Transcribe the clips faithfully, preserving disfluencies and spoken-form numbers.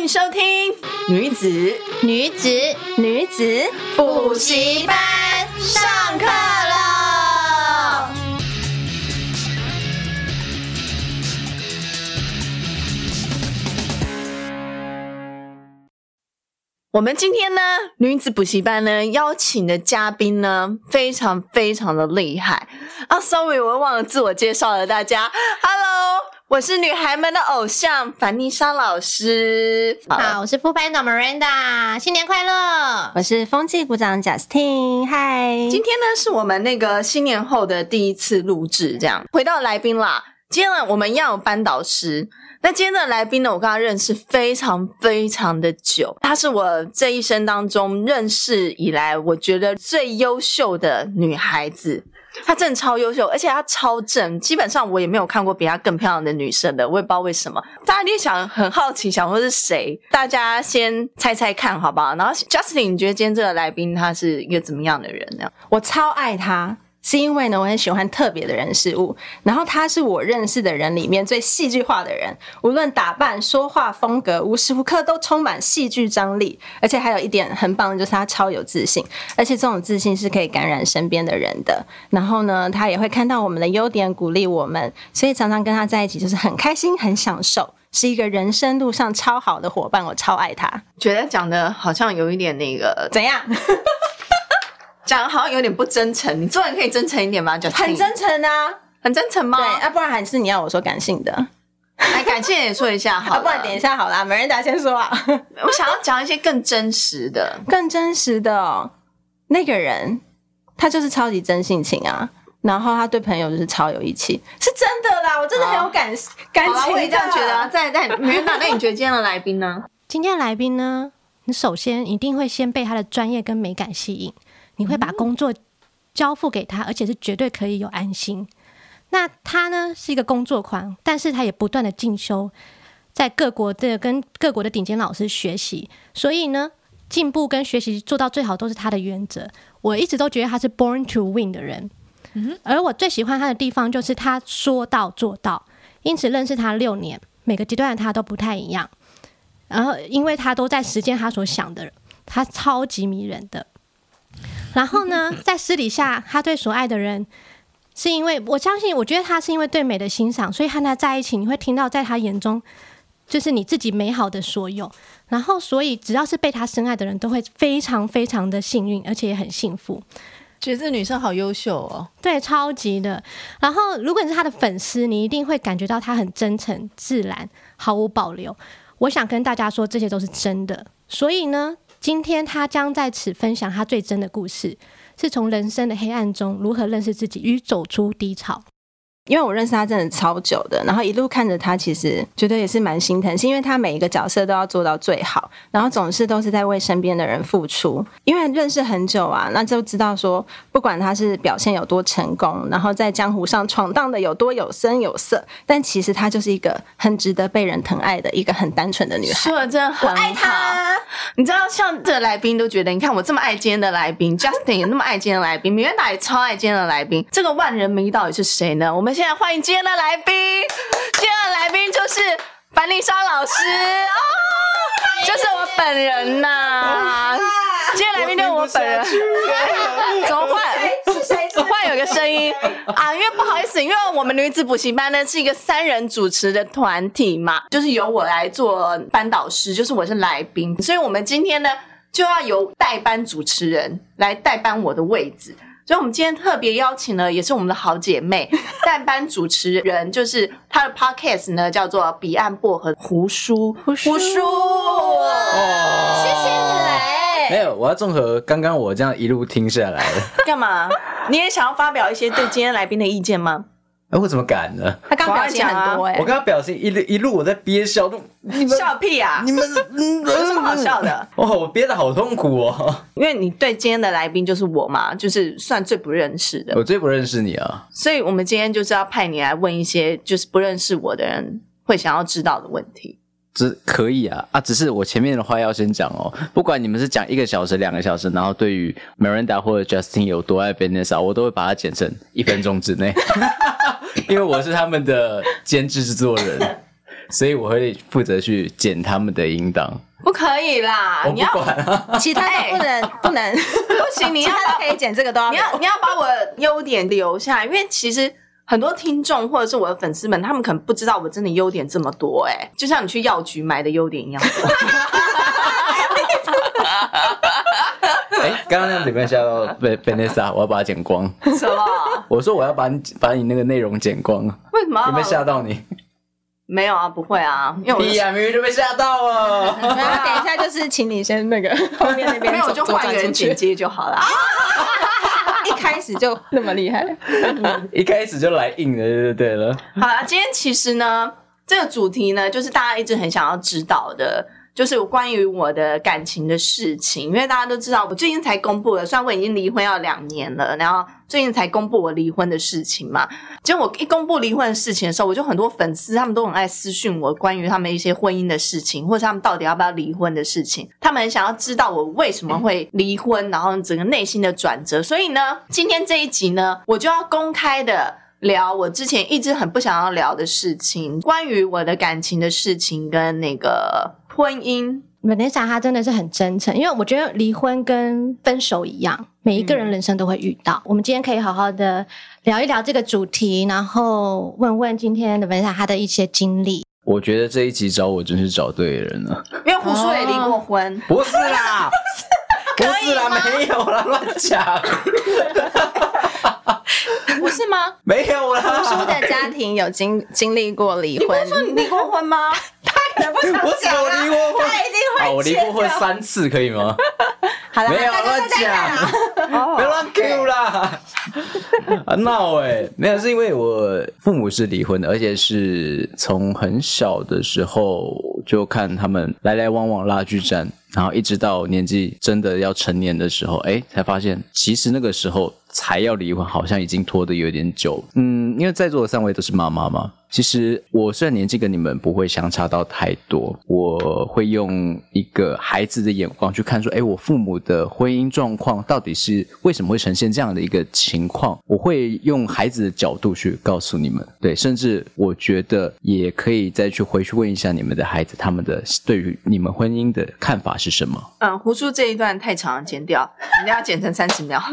迎收听女子女子女子补习班上课了。我们今天呢，女子补习班呢邀请的嘉宾呢，非常非常的厉害啊 ！Sorry， 我忘了自我介绍了，大家 ，Hello， 我是女孩们的偶像凡妮莎老师。 好，我是副班长 Miranda， 新年快乐！ 我是风纪股长 Justin， 嗨。 今天呢是我们那个新年后的第一次录制，这样回到来宾啦。今天呢，我们一样有班导师。那今天的来宾呢，我跟他认识非常非常的久，她是我这一生当中认识以来我觉得最优秀的女孩子。她真的超优秀，而且她超正，基本上我也没有看过比她更漂亮的女生的，我也不知道为什么。大家一定想很好奇，想说是谁？大家先猜猜看好不好？然后 Justin， 你觉得今天这个来宾他是一个怎么样的人呢？ 我超爱他。是因为呢，我很喜欢特别的人事物，然后他是我认识的人里面最戏剧化的人，无论打扮、说话风格，无时无刻都充满戏剧张力，而且还有一点很棒的就是他超有自信，而且这种自信是可以感染身边的人的。然后呢，他也会看到我们的优点，鼓励我们，所以常常跟他在一起就是很开心、很享受，是一个人生路上超好的伙伴，我超爱他。 觉得讲的好像有一点那个怎样？ 讲的好像有点不真诚，你做人可以真诚一点吗？ 很真诚啊， 很真诚吗？ 对，啊，不然还是你要我说感性的。 来，感性也说一下好了， 啊，不然等一下好啦，Miranda先说啊。 我想要讲一些更真实的， 更真实的哦。那个人，他就是超级真性情啊，然后他对朋友就是超有义气，是真的啦，我真的很有感感情的。 我也这样觉得啊。再再，Miranda，那你觉得今天的来宾呢？ 今天的来宾呢，你首先一定会先被他的专业跟美感吸引。你会把工作交付给他，而且是绝对可以有安心。那他呢是一个工作狂，但是他也不断的进修，在各国的跟各国的顶尖老师学习，所以呢进步跟学习做到最好都是他的原则。我一直都觉得他是 born to win 的人，嗯，而我最喜欢他的地方就是他说到做到，因此认识他六年，每个阶段的他都不太一样，然后因为他都在实践他所想的，他超级迷人的。然后呢，在私底下，他对所爱的人，是因为我相信，我觉得他是因为对美的欣赏，所以和他在一起，你会听到在他眼中，就是你自己美好的所有。然后，所以只要是被他深爱的人，都会非常非常的幸运，而且也很幸福。 觉得这女生好优秀哦， 对，超级的。然后，如果你是他的粉丝，你一定会感觉到他很真诚、自然、毫无保留。我想跟大家说，这些都是真的。所以呢，今天他将在此分享他最真的故事，是从人生的黑暗中如何认识自己与走出低潮。 因为我认识他真的超久的，然后一路看着他，其实觉得也是蛮心疼，是因为他每一个角色都要做到最好，然后总是都是在为身边的人付出。因为认识很久啊，那就知道说，不管他是表现有多成功，然后在江湖上闯荡的有多有声有色，但其实他就是一个很值得被人疼爱的一个很单纯的女孩。 说的真的很好， 我爱他。 你知道，像这个来宾都觉得，你看我这么爱今天的来宾 ，Justin 也那么爱今天的来宾，米兰达也超爱今天的来宾。这个万人迷到底是谁呢？我们现在欢迎今天的来宾，今天的来宾就是凡妮莎老师哦，就是我本人呐、啊。今天来宾就是我本人，怎么换？换有个声音啊，因为不好意思，因为我们女子补习班呢是一个三人主持的团体嘛，就是由我来做班导师，就是我是来宾，所以我们今天呢就要由代班主持人来代班我的位置。所以我们今天特别邀请了，也是我们的好姐妹，代班主持人，就是她的 podcast 呢叫做彼岸薄荷胡叔胡叔， 哦，谢谢你来。 没有，我要综合刚刚我这样一路听下来了。 干嘛？你也想要发表一些对今天来宾的意见吗？ 哎，我怎么敢呢？ 他刚表现很多哎、欸， 我刚刚表现一路一路我在憋笑， 你们笑屁啊！ 你们嗯有什么好笑的？ 哦，我憋得好痛苦哦。 因为你对今天的来宾就是我嘛，就是算最不认识的。 我最不认识你啊， 所以我们今天就是要派你来问一些就是不认识我的人会想要知道的问题。 只可以啊啊！只是我前面的话要先讲哦，不管你们是讲一个小时、两个小时，然后对于 Miranda 或者 Justin 有多爱 Vanessa， 我都会把它剪成一分钟之内，因为我是他们的监制制作人。 所以我会负责去剪他们的音档。 不可以啦， 我不你要管啊， 其他的不能不能不行，你要其他的可以剪，这个都要你要你要把我的优点留下来，因为其实很多听众或者是我的粉丝们，他们可能不知道我真的优点这么多哎、欸，就像你去药局买的优点一样多。 哎、欸，刚刚那样子有没有吓到 Vanessa？ 我要把它剪光。 什么？ 我说我要把你把你那个内容剪光， 为什么要？ 有没有吓到你？ 没有啊，不会啊，因为我屁呀、啊，明明就被吓到了。 然后等一下就是请你先那个后面那边没有，我就换一个人剪接就好了。 一开始就那么厉害， 一开始就来硬的，就对了。 好啦，今天其实呢，这个主题呢，就是大家一直很想要知道的。就是关于我的感情的事情，因为大家都知道我最近才公布了，虽然我已经离婚要两年了，然后最近才公布我离婚的事情嘛。结果我一公布离婚的事情的时候，我就很多粉丝他们都很爱私讯我关于他们一些婚姻的事情，或者他们到底要不要离婚的事情，他们很想要知道我为什么会离婚，然后整个内心的转折。所以呢，今天这一集呢，我就要公开的聊我之前一直很不想要聊的事情，关于我的感情的事情跟那个婚姻。 Vanessa 她真的是很真诚，因为我觉得离婚跟分手一样，每一个人人生都会遇到、嗯、我们今天可以好好的聊一聊这个主题，然后问问今天的 Vanessa 她的一些经历。 我觉得这一集找我真是找对人了， 因为胡叔也离过婚、 哦、不是啦不是啦，没有啦，乱讲不是吗？ 没有啦， 胡叔的家庭有经经历过离婚。 你不是说你离过婚吗？ 他可能不想讲、啊、 我只有离过婚， 他一定会、 啊、我离过婚三次，可以吗？ 好了， 没有乱讲，不要乱 Q 啦，很闹哎！没有，是因为我父母是离婚的，而且是从很小的时候就看他们来来往往拉锯战，然后一直到年纪真的要成年的时候，哎，才发现其实那个时候才要离婚，好像已经拖得有点久。嗯，因为在座的三位都是妈妈嘛，其实我虽然年纪跟你们不会相差到太多，我会用一个孩子的眼光去看说，诶，我父母的婚姻状况到底是为什么会呈现这样的一个情况，我会用孩子的角度去告诉你们。对，甚至我觉得也可以再去回去问一下你们的孩子，他们的对于你们婚姻的看法是什么。 嗯，胡叔这一段太长了，剪掉，人家要剪成三十秒。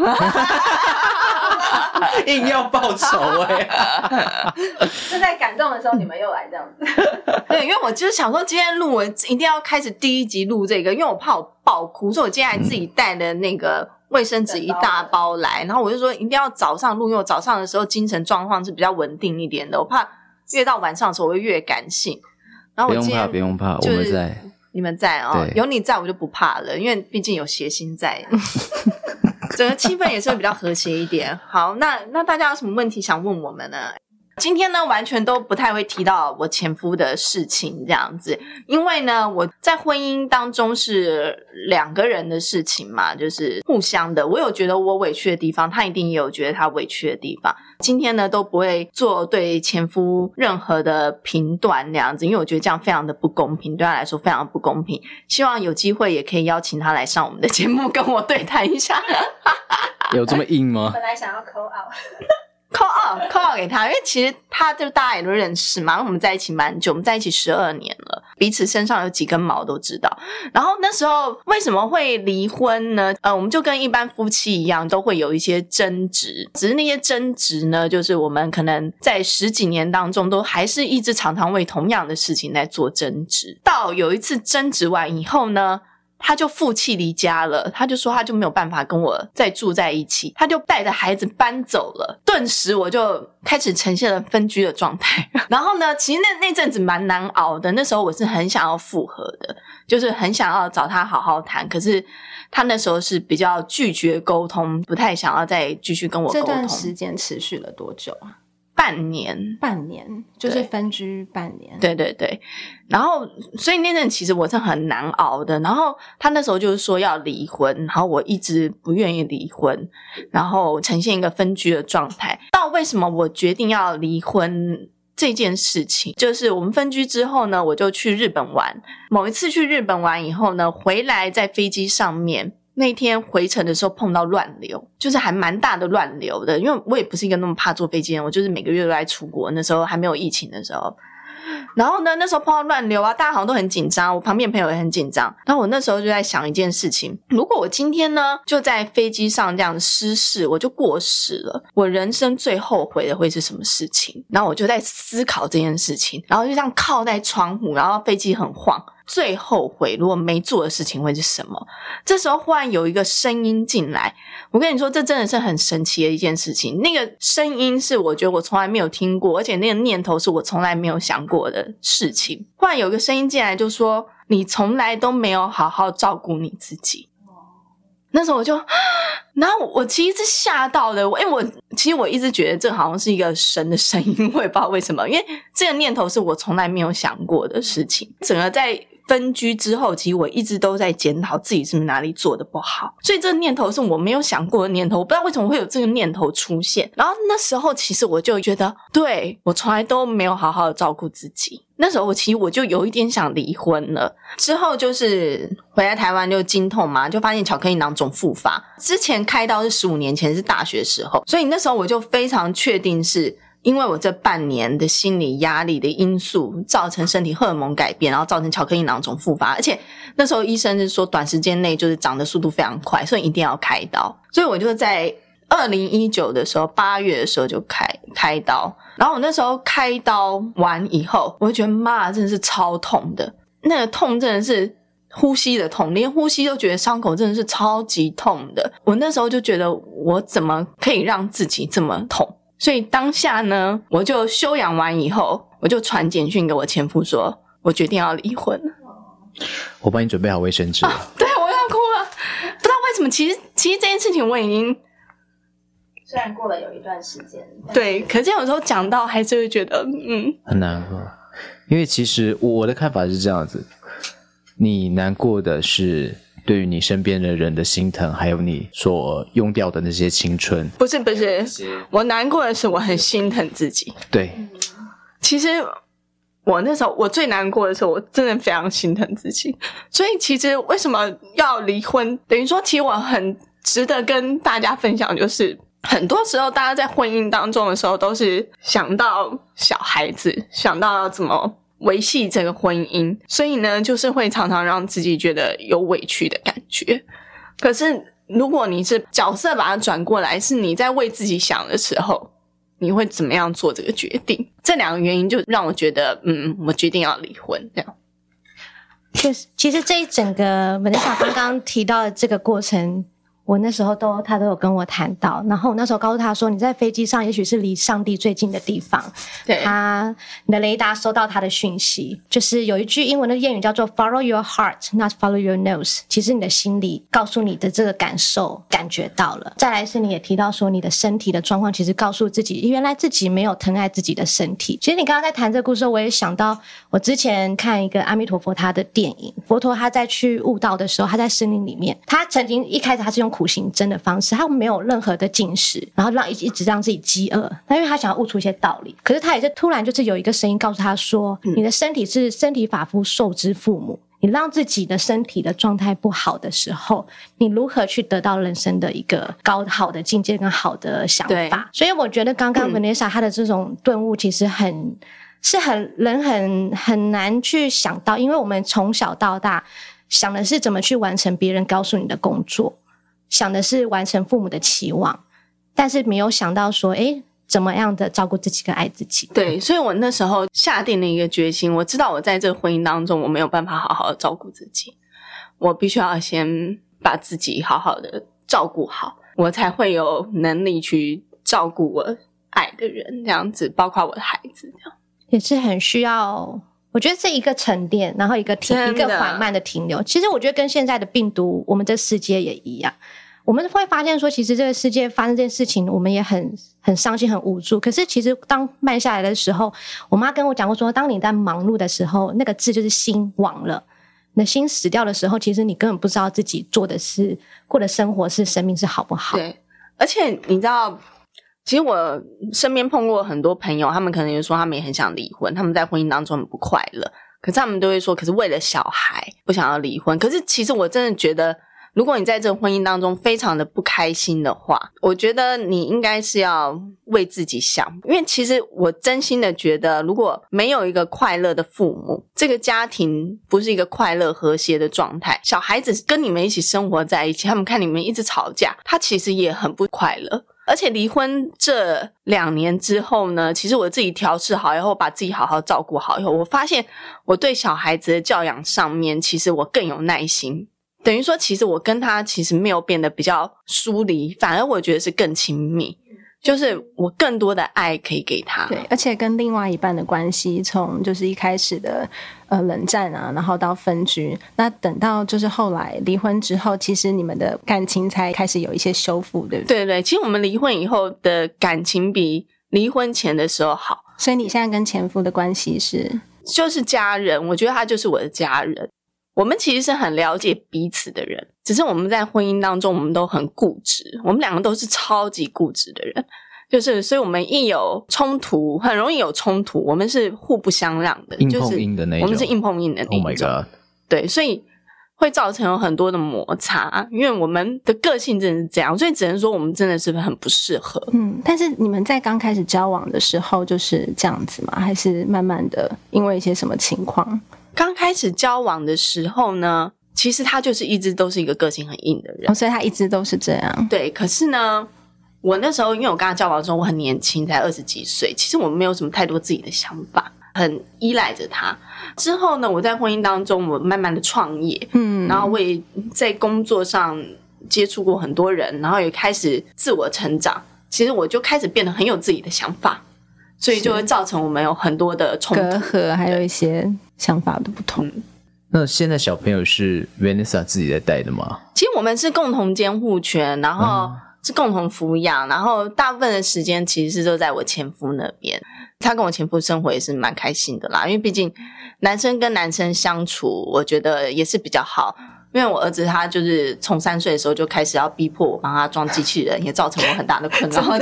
硬要报仇哎、 欸！是在感动的时候，你们又来这样子。 对，因为我就是想说，今天录我一定要开始第一集录这个，因为我怕我爆哭，所以我今天还自己带了那个卫生纸一大包来，然后我就说一定要早上录，因为我早上的时候精神状况是比较稳定一点的，我怕越到晚上的时候我会越感性。然后我今天不用怕，不用怕，我们在， 你们在哦，有你在我就不怕了，因为毕竟有谐星在。整个气氛也是会比较和谐一点。好，那那大家有什么问题想问我们呢？今天呢完全都不太会提到我前夫的事情这样子，因为呢我在婚姻当中是两个人的事情嘛，就是互相的，我有觉得我委屈的地方，他一定也有觉得他委屈的地方。今天呢都不会做对前夫任何的评断那样子，因为我觉得这样非常的不公平，对他来说非常不公平。希望有机会也可以邀请他来上我们的节目跟我对谈一下。 有这么硬吗？ 本来想要 call out call out call out 给他，因为其实他就大家也都认识嘛，我们在一起蛮久，我们在一起十二年了，彼此身上有几根毛都知道。然后那时候为什么会离婚呢？呃，我们就跟一般夫妻一样，都会有一些争执，只是那些争执呢，就是我们可能在十几年当中都还是一直常常为同样的事情在做争执。到有一次争执完以后呢，他就负气离家了，他就说他就没有办法跟我再住在一起，他就带着孩子搬走了。顿时我就开始呈现了分居的状态。然后呢，其实那那阵子蛮难熬的，那时候我是很想要复合的，就是很想要找他好好谈，可是他那时候是比较拒绝沟通，不太想要再继续跟我沟通。 这段时间持续了多久啊？ 半年， 半年就是分居半年。 对对对，然后所以那阵其实我是很难熬的。然后他那时候就是说要离婚，然后我一直不愿意离婚，然后呈现一个分居的状态。到为什么我决定要离婚这件事情，就是我们分居之后呢，我就去日本玩。某一次去日本玩以后呢，回来在飞机上面。那天回程的时候碰到乱流，就是还蛮大的乱流的，因为我也不是一个那么怕坐飞机的人，我就是每个月都在出国，那时候还没有疫情的时候。 然后呢，那时候碰到乱流啊，大家好像都很紧张，我旁边朋友也很紧张。然后我那时候就在想一件事情，如果我今天呢就在飞机上这样失事，我就过世了，我人生最后悔的会是什么事情？然后我就在思考这件事情，然后就这样靠在窗户，然后飞机很晃，最后悔如果没做的事情会是什么？这时候忽然有一个声音进来，我跟你说，这真的是很神奇的一件事情。那个声音是我觉得我从来没有听过，而且那个念头是我从来没有想过的事情。忽然有一个声音进来就说，你从来都没有好好照顾你自己。那时候我就，然后我其实是吓到的，因为我其实我一直觉得这好像是一个神的声音，我也不知道为什么，因为这个念头是我从来没有想过的事情。整个在分居之后，其实我一直都在检讨自己是不是哪里做的不好，所以这个念头是我没有想过的念头，我不知道为什么会有这个念头出现。然后那时候其实我就觉得，对，我从来都没有好好的照顾自己。那时候我其实我就有一点想离婚了，之后就是回来台湾就经痛嘛，就发现巧克力囊肿复发。之前开刀是十五年前，是大学时候，所以那时候我就非常确定是因为我这半年的心理压力的因素造成身体荷尔蒙改变，然后造成巧克力囊肿复发，而且那时候医生是说短时间内就是长的速度非常快，所以一定要开刀。所以我就在二零一九的时候八月的时候就开开刀，然后我那时候开刀完以后，我就觉得妈真的是超痛的，那个痛真的是呼吸的痛，连呼吸都觉得伤口真的是超级痛的。我那时候就觉得我怎么可以让自己这么痛，所以当下呢，我就休养完以后，我就传简讯给我前夫说，我决定要离婚了。 我帮你准备好卫生纸了。 啊，对，我要哭了。不知道为什么，其实其实这件事情我已经虽然过了有一段时间， 对，可是有时候讲到还是会觉得嗯很难过。因为其实我的看法是这样子，你难过的是对于你身边的人的心疼，还有你所用掉的那些青春。 不是不是，我难过的是我很心疼自己。 对， 其实我那时候我最难过的时候，我真的非常心疼自己。所以其实为什么要离婚，等于说其实我很值得跟大家分享，就是很多时候大家在婚姻当中的时候都是想到小孩子，想到要怎么维系这个婚姻，所以呢就是会常常让自己觉得有委屈的感觉。可是如果你是角色把它转过来，是你在为自己想的时候，你会怎么样做这个决定？这两个原因就让我觉得嗯，我决定要离婚这样。 确实，其实这一整个Vanessa刚刚提到的这个过程，我那时候都他都有跟我谈到，然后我那时候告诉他说，你在飞机上也许是离上帝最近的地方， 对， 他你的雷达收到他的讯息，就是有一句英文的谚语叫做 Follow your heart, not follow your nose。其实你的心里告诉你的这个感受感觉到了。再来是你也提到说，你的身体的状况其实告诉自己，原来自己没有疼爱自己的身体。其实你刚刚在谈这个故事，我也想到我之前看一个阿弥陀佛他的电影，佛陀他在去悟道的时候，他在森林里面，他曾经一开始他是用苦行僧的方式，他没有任何的进食，然后让一直让自己饥饿，那因为他想要悟出一些道理。可是他也是突然就是有一个声音告诉他说，嗯、你的身体是身体发肤受之父母，你让自己的身体的状态不好的时候，你如何去得到人生的一个高好的境界跟好的想法。所以我觉得刚刚 Vanessa 她的这种顿悟其实很是很人很很难去想到，因为我们从小到大想的是怎么去完成别人告诉你的工作，想的是完成父母的期望，但是没有想到说诶怎么样的照顾自己跟爱自己。 对，所以我那时候下定了一个决心，我知道我在这个婚姻当中我没有办法好好的照顾自己，我必须要先把自己好好的照顾好，我才会有能力去照顾我爱的人，这样子，包括我的孩子这样。 也是很需要，我觉得是一个沉淀，然后一个停一个缓慢的停留。其实我觉得跟现在的病毒我们这世界也一样，我们会发现说其实这个世界发生这件事情我们也很很伤心很无助，可是其实当慢下来的时候，我妈跟我讲过说，当你在忙碌的时候，那个字就是心亡了，你的心死掉的时候，其实你根本不知道自己做的是过的生活是生命是好不好。 对，而且你知道其实我身边碰过很多朋友，他们可能也说他们也很想离婚，他们在婚姻当中很不快乐，可是他们都会说可是为了小孩不想要离婚。可是其实我真的觉得如果你在这个婚姻当中非常的不开心的话，我觉得你应该是要为自己想，因为其实我真心的觉得，如果没有一个快乐的父母，这个家庭不是一个快乐和谐的状态，小孩子跟你们一起生活在一起，他们看你们一直吵架，他其实也很不快乐。而且离婚这两年之后呢，其实我自己调试好以后，把自己好好照顾好以后，我发现我对小孩子的教养上面，其实我更有耐心。等于说其实我跟他其实没有变得比较疏离，反而我觉得是更亲密，就是我更多的爱可以给他。 对，而且跟另外一半的关系从就是一开始的呃冷战啊，然后到分居，那等到就是后来离婚之后，其实你们的感情才开始有一些修复，对不对？ 对对，其实我们离婚以后的感情比离婚前的时候好。 所以你现在跟前夫的关系是就是家人，我觉得他就是我的家人。我们其实是很了解彼此的人，只是我们在婚姻当中我们都很固执，我们两个都是超级固执的人，就是所以我们一有冲突很容易有冲突，我们是互不相让的， 硬碰硬的那种， 就是我们是硬碰硬的那种。 Oh my god， 对，所以会造成有很多的摩擦，因为我们的个性真的是这样，所以只能说我们真的是很不适合。 嗯，但是你们在刚开始交往的时候就是这样子吗？还是慢慢的因为一些什么情况？ 刚开始交往的时候呢，其实他就是一直都是一个个性很硬的人。 哦，所以他一直都是这样。 对，可是呢我那时候因为我跟他交往的时候我很年轻，才二十几岁，其实我没有什么太多自己的想法，很依赖着他。之后呢，我在婚姻当中我慢慢的创业，嗯，然后我也在工作上接触过很多人，然后也开始自我成长，其实我就开始变得很有自己的想法，所以就会造成我们有很多的冲突隔阂，还有一些想法的不同。 嗯， 那现在小朋友是 Vanessa 自己在带的吗？ 其实我们是共同监护权，然后是共同抚养，然后大部分的时间其实是都在我前夫那边。他跟我前夫生活也是蛮开心的啦，因为毕竟男生跟男生相处我觉得也是比较好。因为我儿子他就是从三岁的时候就开始要逼迫我帮他装机器人，也造成我很大的困扰。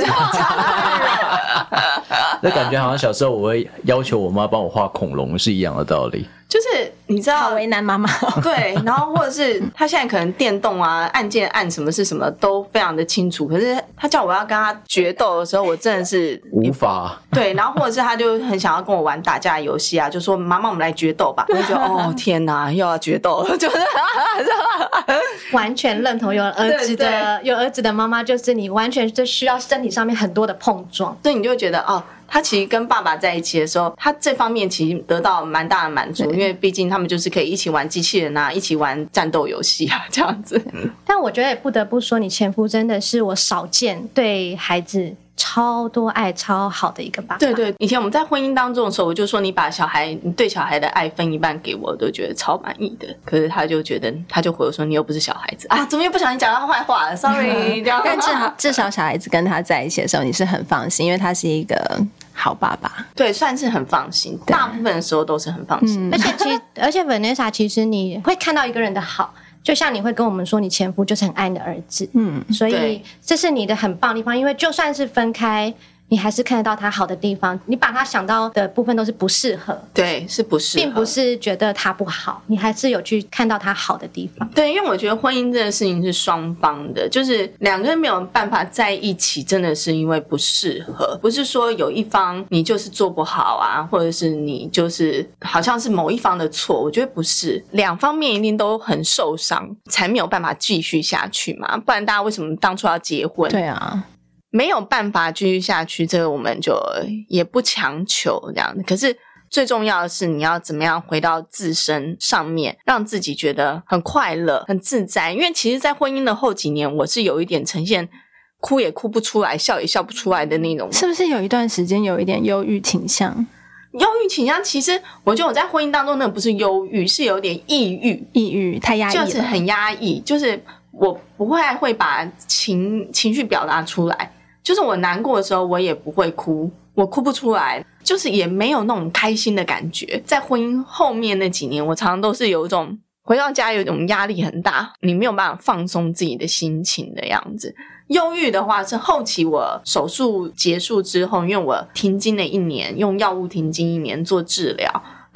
那感觉好像小时候我会要求我妈帮我画恐龙是一样的道理。 就是你知道， 好为难妈妈。 对，然后或者是他现在可能电动啊、按键按什么是什么都非常的清楚，可是他叫我要跟他决斗的时候，我真的是无法。 对，然后或者是他就很想要跟我玩打架游戏啊，就说妈妈我们来决斗吧，我就觉得哦天哪，又要决斗了，就是完全认同有儿子的对对有儿子的妈妈，就是你完全就需要身体上面很多的碰撞， 所以你就会觉得哦。他其实跟爸爸在一起的时候，他这方面其实得到蛮大的满足，因为毕竟他们就是可以一起玩机器人啊，一起玩战斗游戏啊，这样子。 但我觉得也不得不说，你前夫真的是我少见对孩子超多爱、超好的一个爸爸。 对对，以前我们在婚姻当中的时候，我就说你把小孩，你对小孩的爱分一半给我，我都觉得超满意的。可是他就觉得，他就回我说你又不是小孩子啊，怎么又不小心讲到坏话了 ？Sorry， 但至少至少小孩子跟他在一起的时候，你是很放心，因为他是一个好爸爸。 对，算是很放心，大部分的时候都是很放心。 而且其实，而且 Vanessa， 其实你会看到一个人的好，就像你会跟我们说，你前夫就是很爱你的儿子，嗯，所以这是你的很棒的地方。因为就算是分开，你还是看得到他好的地方，你把他想到的部分都是不适合， 对，是不适合， 并不是觉得他不好，你还是有去看到他好的地方。 对，因为我觉得婚姻这个事情是双方的，就是两个人没有办法在一起，真的是因为不适合，不是说有一方你就是做不好啊，或者是你就是好像是某一方的错，我觉得不是，两方面一定都很受伤，才没有办法继续下去嘛，不然大家为什么当初要结婚？ 对啊。 没有办法继续下去，这个我们就也不强求这样子。可是最重要的是你要怎么样回到自身上面，让自己觉得很快乐很自在。因为其实在婚姻的后几年，我是有一点呈现哭也哭不出来，笑也笑不出来的那种。 是不是有一段时间有一点忧郁倾向？ 忧郁倾向，其实我觉得我在婚姻当中那不是忧郁，是有点抑郁。 抑郁太压抑了， 就是很压抑，就是我不会会把情情绪表达出来，就是我难过的时候我也不会哭，我哭不出来，就是也没有那种开心的感觉。在婚姻后面那几年，我常常都是有一种回到家有一种压力很大，你没有办法放松自己的心情的样子。忧郁的话是后期我手术结束之后，因为我停经了一年，用药物停经一年做治疗，然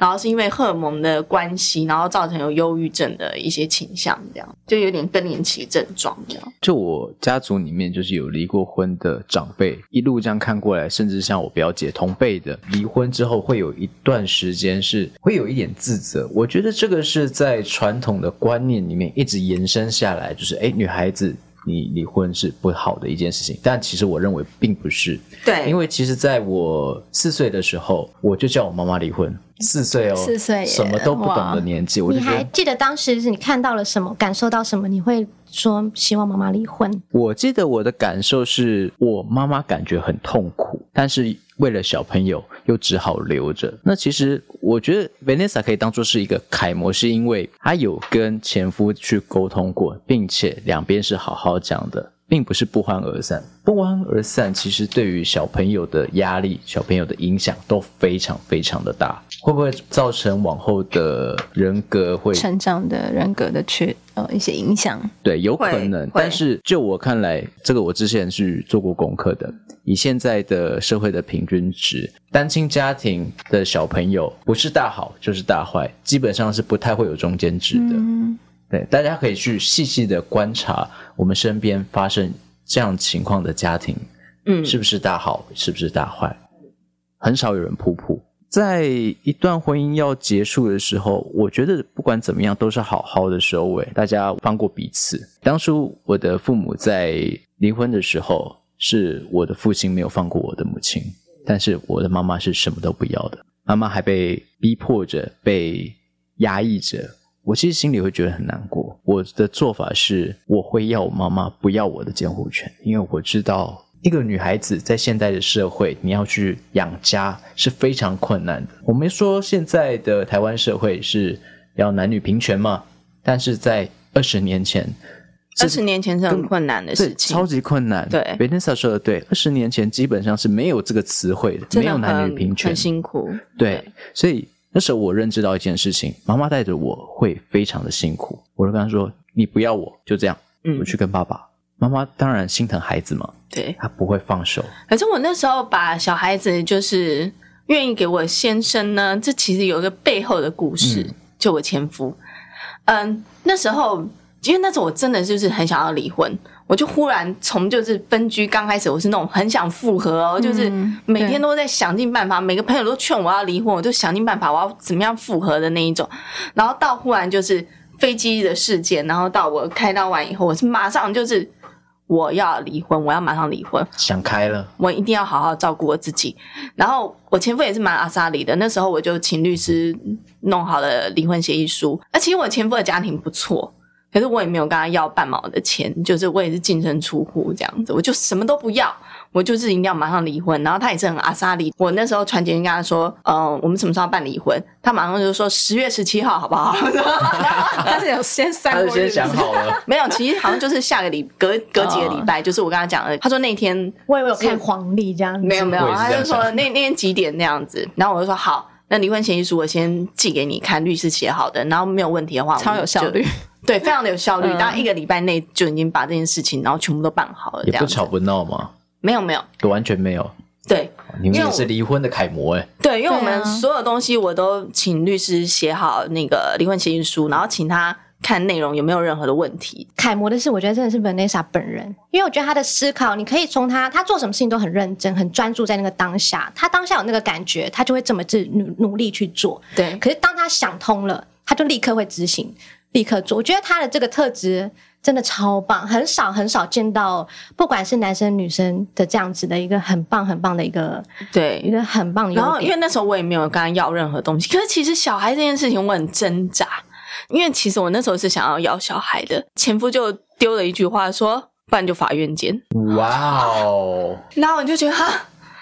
然后是因为荷尔蒙的关系，然后造成有忧郁症的一些倾向，这样就有点更年期症状这样。 就我家族里面就是有离过婚的长辈，一路这样看过来，甚至像我表姐同辈的，离婚之后会有一段时间是会有一点自责。我觉得这个是在传统的观念里面一直延伸下来，就是诶，女孩子你离婚是不好的一件事情，但其实我认为并不是。 对， 因为其实在我四岁的时候，我就叫我妈妈离婚。四岁哦， 四岁耶， 什么都不懂的年纪，我就你觉得还记得当时是你看到了什么，感受到什么，你会说希望妈妈离婚？ 我记得我的感受是我妈妈感觉很痛苦，但是为了小朋友又只好留着。那其实我觉得 Vanessa 可以当作是一个楷模，是因为她有跟前夫去沟通过，并且两边是好好讲的，并不是不欢而散。不欢而散其实对于小朋友的压力、小朋友的影响都非常非常的大。会不会造成往后的人格会成长的人格的缺呃一些影响？ 对，有可能。但是就我看来，这个我之前是做过功课的。以现在的社会的平均值，单亲家庭的小朋友不是大好就是大坏，基本上是不太会有中间值的。嗯，对，大家可以去细细的观察我们身边发生这样情况的家庭，嗯，是不是大好，是不是大坏，很少有人普普。在一段婚姻要结束的时候，我觉得不管怎么样都是好好的收尾，大家放过彼此。当初我的父母在离婚的时候，是我的父亲没有放过我的母亲，但是我的妈妈是什么都不要的，妈妈还被逼迫着，被压抑着，我其实心里会觉得很难过。我的做法是，我会要我妈妈不要我的监护权，因为我知道一个女孩子在现代的社会，你要去养家是非常困难的。我们说现在的台湾社会是要男女平权嘛，但是在二十年前， 二十年前是很困难的事情， 超级困难。 对 Vanessa 说的对，二十年前基本上是没有这个词汇的，没有男女平权， 很辛苦。 对，对，所以那时候我认知到一件事情，妈妈带着我会非常的辛苦。我就跟她说，你不要我就这样，嗯，我去跟爸爸。妈妈当然心疼孩子嘛， 对， 她不会放手。 可是我那时候把小孩子就是愿意给我先生呢，这其实有一个背后的故事，嗯，就我前夫。嗯，那时候因为那时候我真的就是很想要离婚，我就忽然从就是分居刚开始，我是那种很想复合哦，嗯，就是每天都在想尽办法，每个朋友都劝我要离婚，我就想尽办法我要怎么样复合的那一种。然后到忽然就是飞机的事件，然后到我开刀完以后，我是马上就是我要离婚，我要马上离婚， 想开了， 我一定要好好照顾我自己。然后我前夫也是蛮阿莎里的，那时候我就请律师弄好了离婚协议书。而其实我前夫的家庭不错，可是我也没有跟他要半毛的钱，就是我也是净身出户这样子，我就什么都不要，我就是一定要马上离婚。然后他也是很阿莎里，我那时候传简讯跟他说，呃，我们什么时候办离婚？他马上就说十月十七号，好不好？ 他是有先三他是先想好了， 没有，其实好像就是下个礼隔隔几个礼拜，就是我跟他讲的。他说那天我以为有看黄历这样子， 没有没有，他就说那那天几点那样子，然后我就说好，那离婚协议书我先寄给你看，律师写好的，然后没有问题的话， 超有效率。 对，非常的有效率，大概、嗯、一个礼拜内就已经把这件事情，然后全部都办好了。 也不吵不闹吗？ 没有没有， 完全没有。 对， 你们也是离婚的楷模哎。 对，因为我们所有东西我都请律师写好那个离婚协议书，然后请他看内容有没有任何的问题。 楷模的是，我觉得真的是 Vanessa 本人，因为我觉得他的思考，你可以从他他做什么事情都很认真、很专注在那个当下，他当下有那个感觉，他就会这么努努力去做。 对， 可是当他想通了，他就立刻会执行。立刻做，我觉得他的这个特质真的超棒，很少很少见到，不管是男生女生的这样子的一个很棒很棒的一个， 对， 一个很棒的优点。 然后因为那时候我也没有跟他要任何东西，可是其实小孩这件事情我很挣扎，因为其实我那时候是想要要小孩的，前夫就丢了一句话说，不然就法院见。 哇哦！ 然后我就觉得哈，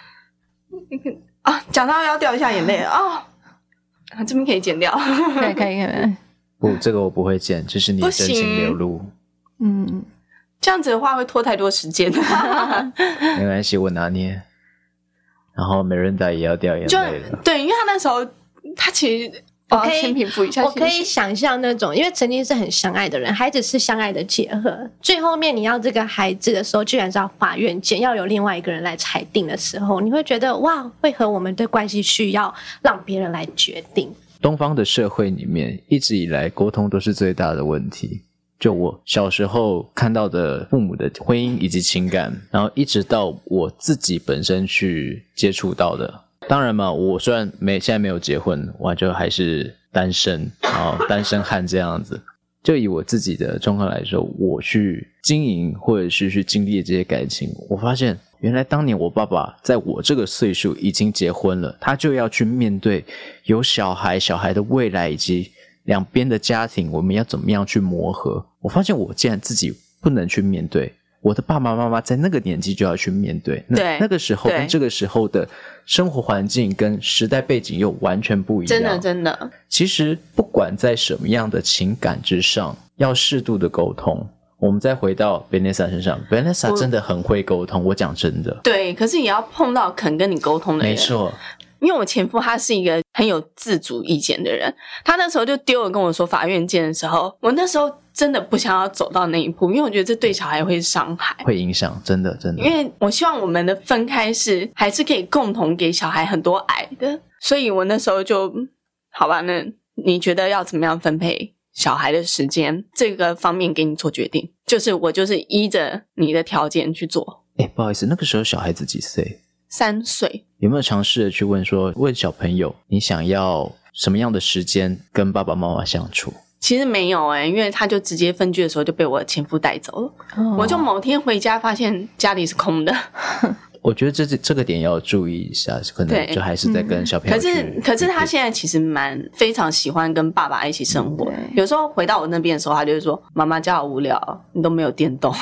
啊，讲到要掉一下眼泪啊、哦，这边可以剪掉， 可以可以可以。 不，这个我不会剪，这是你的真情流露。 嗯，这样子的话会拖太多时间。 没关系，我拿捏。然后美人达也要掉眼泪了。 对，因为他那时候，他其实我可以先平复一下。 我可以想象那种，因为曾经是很相爱的人，孩子是相爱的结合，最后面你要这个孩子的时候，居然是要法院见，要有另外一个人来裁定的时候，你会觉得哇，为何我们对关系需要让别人来决定？ 东方的社会里面，一直以来沟通都是最大的问题。就我小时候看到的父母的婚姻以及情感，然后一直到我自己本身去接触到的。当然嘛，我虽然没现在没有结婚，我就还是单身，然后单身汉这样子。就以我自己的状况来说，我去经营或者是去经历这些感情，我发现原来当年我爸爸在我这个岁数已经结婚了，他就要去面对有小孩小孩的未来以及两边的家庭我们要怎么样去磨合。我发现我竟然自己不能去面对，我的爸爸妈妈在那个年纪就要去面对， 对， 那个时候跟这个时候的生活环境跟时代背景又完全不一样。 真的真的， 其实不管在什么样的情感之上，要适度的沟通。我们再回到 Vanessa 身上， Vanessa 真的很会沟通，我讲真的。 对，可是也要碰到肯跟你沟通的人。 没错， 因为我前夫他是一个很有自主意见的人，他那时候就丢了跟我说法院见的时候，我那时候真的不想要走到那一步，因为我觉得这对小孩会伤害， 会影响，真的真的。 因为我希望我们的分开是还是可以共同给小孩很多爱的，所以我那时候就好吧，那你觉得要怎么样分配小孩的时间，这个方面给你做决定，就是我就是依着你的条件去做。 诶，不好意思，那个时候小孩子几岁？ 三岁。 有没有尝试的去问说，问小朋友你想要什么样的时间跟爸爸妈妈相处？ 其实没有欸，因为他就直接分居的时候就被我前夫带走了、哦、我就某天回家发现家里是空的。 我觉得这这个点要注意一下，可能就还是在跟小朋友、嗯、 可是可是他现在其实蛮非常喜欢跟爸爸一起生活、嗯、有时候回到我那边的时候，他就会说妈妈家好无聊，你都没有电动。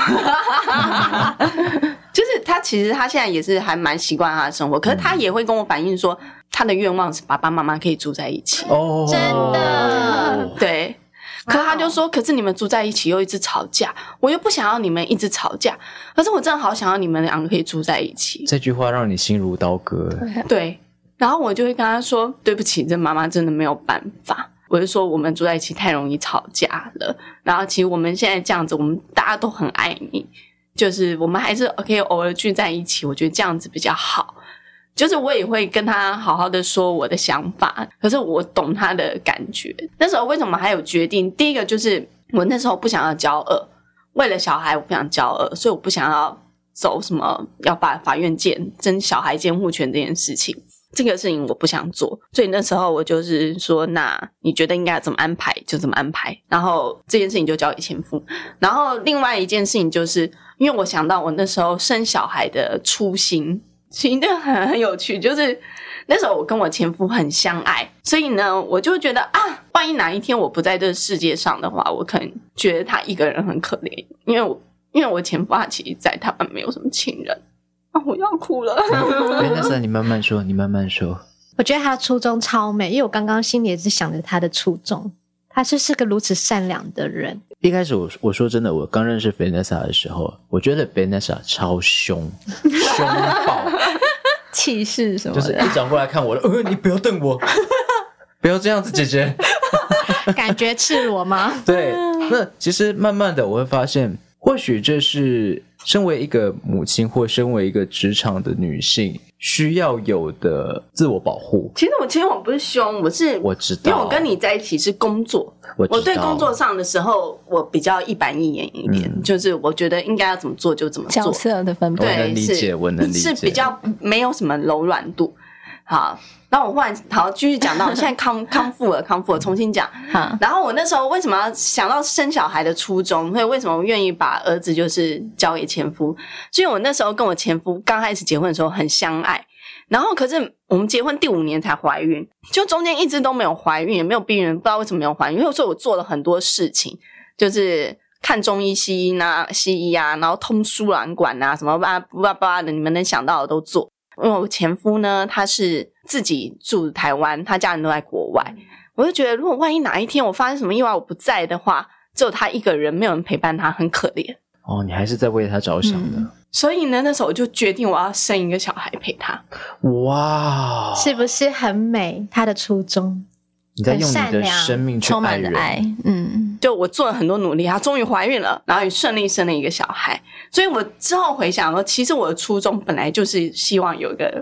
就是他其实他现在也是还蛮习惯他的生活，可是他也会跟我反映说他的愿望是爸爸妈妈可以住在一起。 哦， 真的， 对。可是他就说，可是你们住在一起又一直吵架，我又不想要你们一直吵架，可是我真的好想要你们两个可以住在一起。 这句话让你心如刀割。 对，然后我就会跟他说，对不起，这妈妈真的没有办法。我就说我们住在一起太容易吵架了，然后其实我们现在这样子，我们大家都很爱你，就是我们还是可以偶尔聚在一起，我觉得这样子比较好。就是我也会跟他好好的说我的想法，可是我懂他的感觉。那时候为什么还有决定，第一个就是我那时候不想要交恶，为了小孩我不想交恶，所以我不想要走什么要把法院见争小孩监护权这件事情，这个事情我不想做。所以那时候我就是说，那你觉得应该怎么安排就怎么安排，然后这件事情就交给前夫。然后另外一件事情就是因为我想到我那时候生小孩的初心，其实很很有趣，就是那时候我跟我前夫很相爱，所以呢我就觉得啊，万一哪一天我不在这个世界上的话，我可能觉得他一个人很可怜，因为我因为我前夫他其实在台湾没有什么亲人啊，我要哭了。 Vanessa，你慢慢说，你慢慢说。 我觉得他的初衷超美，因为我刚刚心里也是想着他的初衷，他就是个如此善良的人。 一开始我我说真的，我刚认识 Vanessa 的时候，我觉得 Vanessa 超凶，凶爆， 气势什么的， 就是一转过来看我了，呃，你不要瞪我，不要这样子，姐姐。 感觉赤裸吗？ 对，那其实慢慢的我会发现，或许这是身为一个母亲或身为一个职场的女性需要有的自我保护。 其实我其实我不是凶，我是我知道， 因为我跟你在一起是工作，我, 我对工作上的时候我比较一板一眼一点、嗯、就是我觉得应该要怎么做就怎么做， 角色的分配， 我能理解，我能理解， 是比较没有什么柔软度。好，那我忽然好继续讲到，我现在康康复了，康复了，重新讲。好，然后我那时候为什么要想到生小孩的初衷，所以为什么我愿意把儿子就是交给前夫？所以我那时候跟我前夫刚开始结婚的时候很相爱，然后可是我们结婚第五年才怀孕，就中间一直都没有怀孕，也没有避孕，不知道为什么没有怀孕。因为所以我做了很多事情，就是看中医、西医啊、西医啊，然后通输卵管啊，什么巴巴巴的，你们能想到的都做。因为我前夫呢，他是自己住台湾，他家人都在国外，我就觉得如果万一哪一天我发生什么意外我不在的话，只有他一个人，没有人陪伴他，很可怜。 哦，你还是在为他着想的、嗯、 所以呢那时候我就决定我要生一个小孩陪他。 哇， 是不是很美？他的初衷， 你在用你的生命去爱人， 充满了爱。嗯， 就我做了很多努力，她终于怀孕了，然后也顺利生了一个小孩。所以我之后回想说，其实我的初衷本来就是希望有一个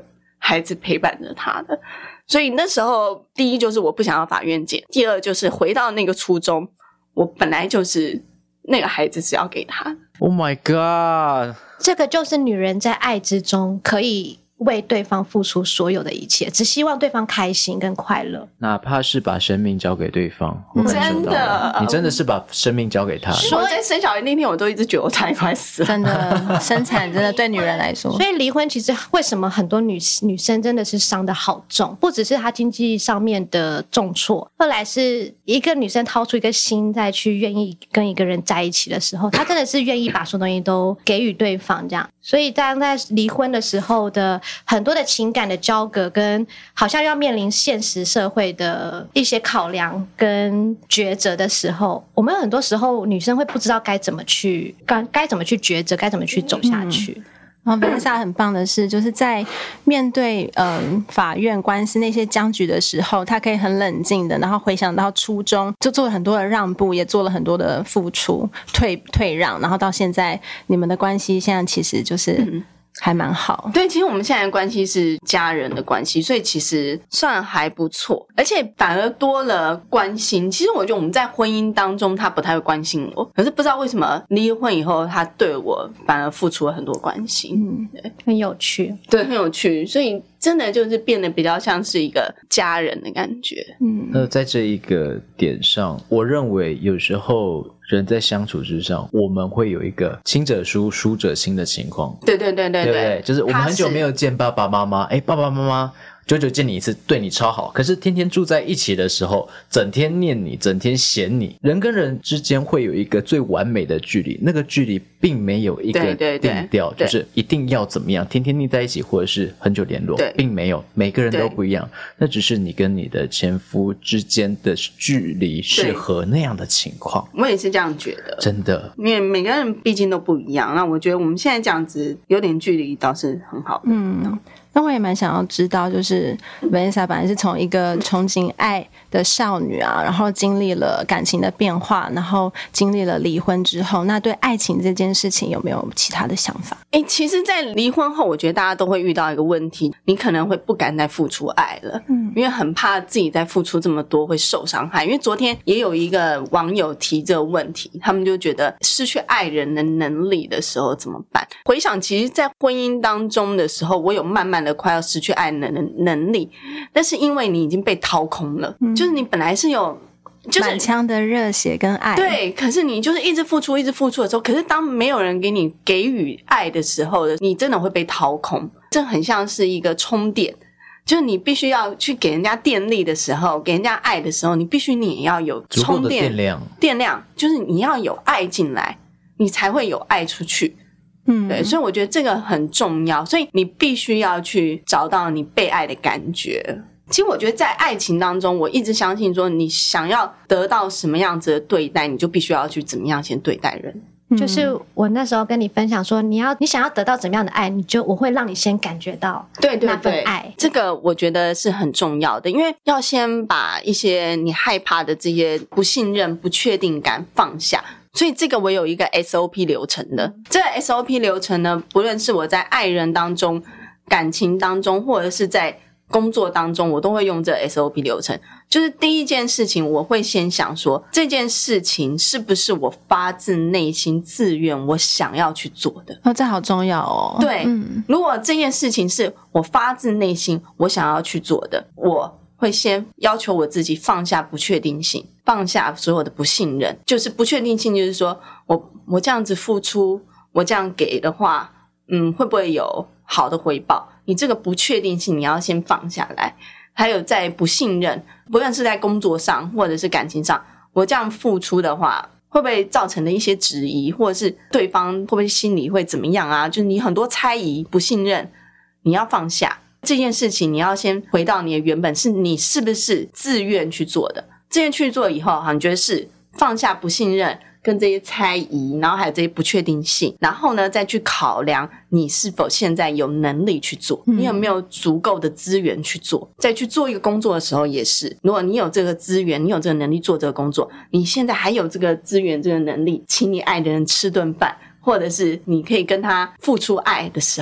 孩子陪伴着他的。所以那时候第一就是我不想要法院见，第二就是回到那个初衷，我本来就是那个孩子是要给他的。 Oh my god， 这个就是女人在爱之中可以为对方付出所有的一切，只希望对方开心跟快乐， 哪怕是把生命交给对方，我感受到了， 真的你真的是把生命交给他。 我在生小孩那天我都一直觉得我差点快死了， 真的生产真的对女人来说， 所以离婚其实为什么很多女女生真的是伤得好重，不只是她经济上面的重挫，二来是一个女生掏出一个心再去愿意跟一个人在一起的时候，她真的是愿意把所有东西都给予对方这样。所以当在离婚的时候的很多的情感的交割，跟好像要面临现实社会的一些考量跟抉择的时候，我们很多时候女生会不知道该怎么去该该怎么去抉择，该怎么去走下去。嗯， 然后 Vanessa 很棒的是，就是在面对嗯法院官司那些僵局的时候，他可以很冷静的，然后回想到初衷，就做了很多的让步，也做了很多的付出、退退让，然后到现在你们的关系现在其实就是还蛮好。 对，其实我们现在的关系是家人的关系，所以其实算还不错，而且反而多了关心。其实我觉得我们在婚姻当中他不太会关心我，可是不知道为什么离婚以后他对我反而付出了很多关心。 嗯，对，很有趣。 对，很有趣，所以真的就是变得比较像是一个家人的感觉。 嗯， 那在这一个点上，我认为有时候人在相处之上，我们会有一个亲者疏疏者亲的情况。 对对对对对， 对不对？就是我们很久没有见爸爸妈妈，哎，爸爸妈妈久久见你一次，对你超好，可是天天住在一起的时候，整天念你，整天嫌你。人跟人之间会有一个最完美的距离，那个距离并没有一个对对对定调， 对就是一定要怎么样，天天腻在一起，或者是很久联络， 对并没有，每个人都不一样。那只是你跟你的前夫之间的距离适合那样的情况。 我也是这样觉得， 真的， 因为每个人毕竟都不一样。那我觉得我们现在这样子有点距离倒是很好的。 嗯，那我也蛮想要知道，就是 Vanessa 本来是从一个憧憬爱的少女啊，然后经历了感情的变化，然后经历了离婚之后，那对爱情这件事情有没有其他的想法？ 诶，其实在离婚后我觉得大家都会遇到一个问题，你可能会不敢再付出爱了。嗯，因为很怕自己再付出这么多会受伤害。因为昨天也有一个网友提这个问题，他们就觉得失去爱人的能力的时候怎么办？回想其实在婚姻当中的时候，我有慢慢的快要失去爱人的能力，但是因为你已经被掏空了，嗯，就是你本来是有就是满腔的热血跟爱， 对，可是你就是一直付出一直付出的时候，可是当没有人给你给予爱的时候，你真的会被掏空。这很像是一个充电，就是你必须要去给人家电力的时候，给人家爱的时候，你必须你也要有充电足够的电量， 电量就是你要有爱进来，你才会有爱出去。 嗯， 对，所以我觉得这个很重要，所以你必须要去找到你被爱的感觉。其实我觉得在爱情当中，我一直相信说，你想要得到什么样子的对待，你就必须要去怎么样先对待人。 就是我那时候跟你分享说，你要你想要得到怎么样的爱，你就我会让你先感觉到对对那份对爱。 这个我觉得是很重要的，因为要先把一些你害怕的这些不信任、不确定感放下。所以这个我有一个 S O P 流程的，这个 S O P 流程呢，不论是我在爱人当中、感情当中，或者是在工作当中，我都会用这 S O P 流程。就是第一件事情，我会先想说，这件事情是不是我发自内心自愿我想要去做的。 哦，这好重要哦。 对， 嗯， 如果这件事情是我发自内心我想要去做的，我会先要求我自己放下不确定性，放下所有的不信任。就是不确定性就是说我我这样子付出，我这样给的话，嗯，会不会有好的回报？你这个不确定性你要先放下来。还有在不信任，不论是在工作上或者是感情上，我这样付出的话，会不会造成的一些质疑，或者是对方会不会心里会怎么样啊？就是你很多猜疑、不信任，你要放下这件事情，你要先回到你的原本，是你是不是自愿去做的？自愿去做以后，哈，你觉得是放下不信任跟这些猜疑，然后还有这些不确定性，然后呢再去考量你是否现在有能力去做，你有没有足够的资源去做。再去做一个工作的时候也是，如果你有这个资源，你有这个能力做这个工作，你现在还有这个资源这个能力请你爱的人吃顿饭，或者是你可以跟他付出爱的时候，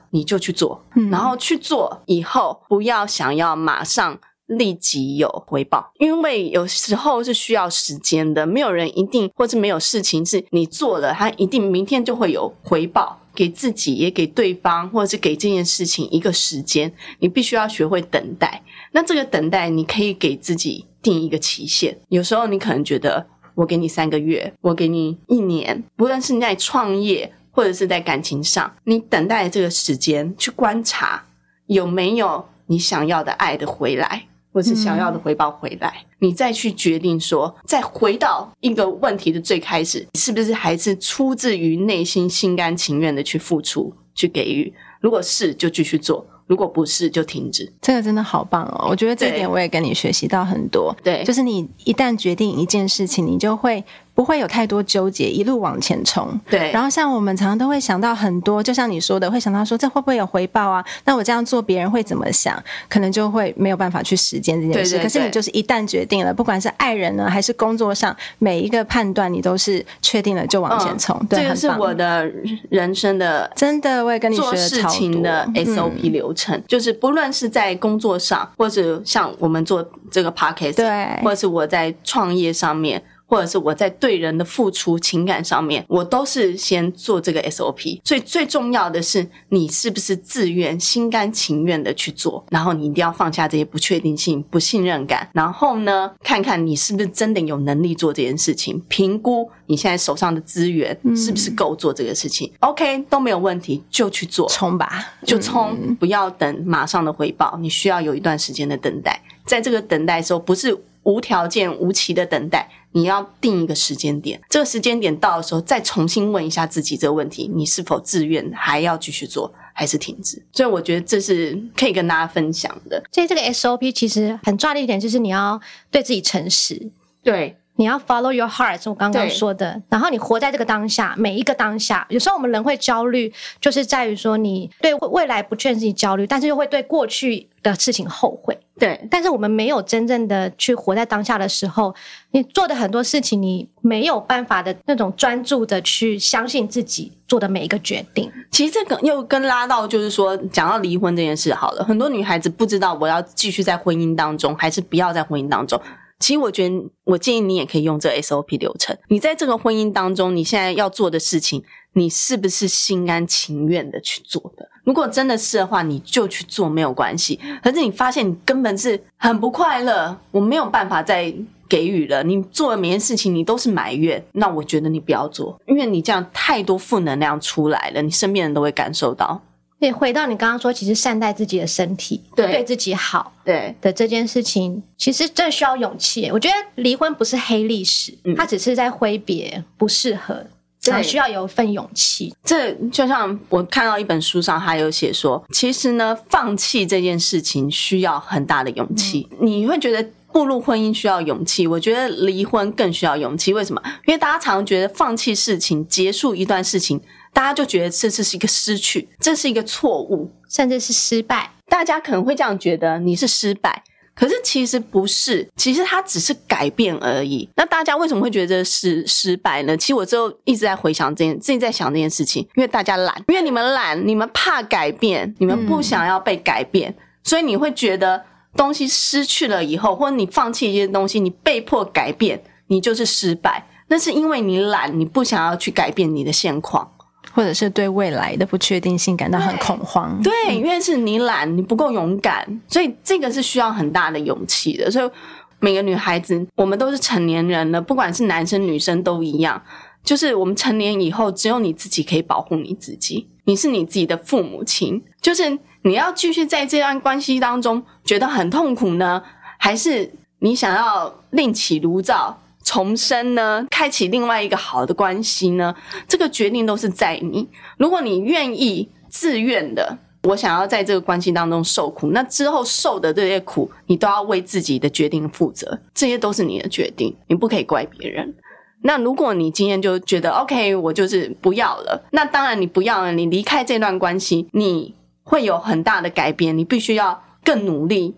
你就去做，嗯、然后去做以后不要想要马上立即有回报，因为有时候是需要时间的，没有人一定或是没有事情是你做了它一定明天就会有回报，给自己也给对方或者是给这件事情一个时间，你必须要学会等待。那这个等待你可以给自己定一个期限，有时候你可能觉得我给你三个月，我给你一年，不论是你在创业或者是在感情上，你等待这个时间去观察有没有你想要的爱的回来，或是想要的回报回来、嗯、你再去决定说再回到一个问题的最开始，是不是还是出自于内心心甘情愿的去付出去给予，如果是就继续做，如果不是就停止。 这个真的好棒哦，我觉得这一点我也跟你学习到很多。 对， 就是你一旦决定一件事情，你就会不会有太多纠结，一路往前冲。 对， 然后像我们常常都会想到很多，就像你说的，会想到说这会不会有回报啊，那我这样做别人会怎么想，可能就会没有办法去实践这件事。对对对，可是你就是一旦决定了，不管是爱人呢还是工作上每一个判断你都是确定了就往前冲、嗯、对， 这个是我的人生的真的我也跟你学了超多做事情的 S O P 流程、嗯、就是不论是在工作上，或者像我们做这个 podcast， 对， 或者是我在创业上面，或者是我在对人的付出情感上面，我都是先做这个 S O P。 所以最重要的是你是不是自愿心甘情愿的去做，然后你一定要放下这些不确定性不信任感，然后呢看看你是不是真的有能力做这件事情，评估你现在手上的资源是不是够做这个事情、嗯、OK 都没有问题就去做， 冲吧就冲、嗯、不要等马上的回报，你需要有一段时间的等待，在这个等待的时候不是无条件无期的等待，你要定一个时间点，这个时间点到的时候再重新问一下自己这个问题，你是否自愿还要继续做还是停止。所以我觉得这是可以跟大家分享的。 所以这个 S O P 其实很重要的一点就是你要对自己诚实， 对， 你要 follow your heart， 我刚刚说的，然后你活在这个当下，每一个当下。有时候我们人会焦虑，就是在于说你对未来不确定性焦虑，但是又会对过去的事情后悔。 对， 但是我们没有真正的去活在当下的时候，你做的很多事情你没有办法的那种专注的去相信自己做的每一个决定。 其实这个又跟拉到就是说讲到离婚这件事好了，很多女孩子不知道我要继续在婚姻当中还是不要在婚姻当中。其实我觉得我建议你也可以用这个 S O P 流程，你在这个婚姻当中你现在要做的事情你是不是心甘情愿的去做的，如果真的是的话你就去做没有关系，可是你发现你根本是很不快乐，我没有办法再给予了，你做的每件事情你都是埋怨，那我觉得你不要做，因为你这样太多负能量出来了，你身边人都会感受到。 对，回到你刚刚说其实善待自己的身体， 对， 对自己好对的这件事情其实真的需要勇气。我觉得离婚不是黑历史、嗯、它只是在挥别不适合，才需要有一份勇气。 这就像我看到一本书上还有写说，其实呢放弃这件事情需要很大的勇气、嗯、你会觉得步入婚姻需要勇气，我觉得离婚更需要勇气。为什么？因为大家常常觉得放弃事情结束一段事情大家就觉得这是一个失去，这是一个错误， 甚至是失败， 大家可能会这样觉得你是失败，可是其实不是，其实它只是改变而已。那大家为什么会觉得这是失败呢？其实我之后一直在回想这件，自己在想这件事情，因为大家懒，因为你们懒，你们怕改变，你们不想要被改变、嗯、所以你会觉得东西失去了以后，或者你放弃一些东西，你被迫改变，你就是失败。那是因为你懒，你不想要去改变你的现况， 或者是对未来的不确定性感到很恐慌。 对, 对，因为是你懒，你不够勇敢，所以这个是需要很大的勇气的。所以每个女孩子我们都是成年人了，不管是男生女生都一样，就是我们成年以后只有你自己可以保护你自己，你是你自己的父母亲，就是你要继续在这段关系当中觉得很痛苦呢，还是你想要另起炉灶重生呢，开启另外一个好的关系呢，这个决定都是在你。如果你愿意自愿的我想要在这个关系当中受苦，那之后受的这些苦你都要为自己的决定负责，这些都是你的决定，你不可以怪别人。那如果你今天就觉得 OK 我就是不要了，那当然你不要了，你离开这段关系你会有很大的改变，你必须要更努力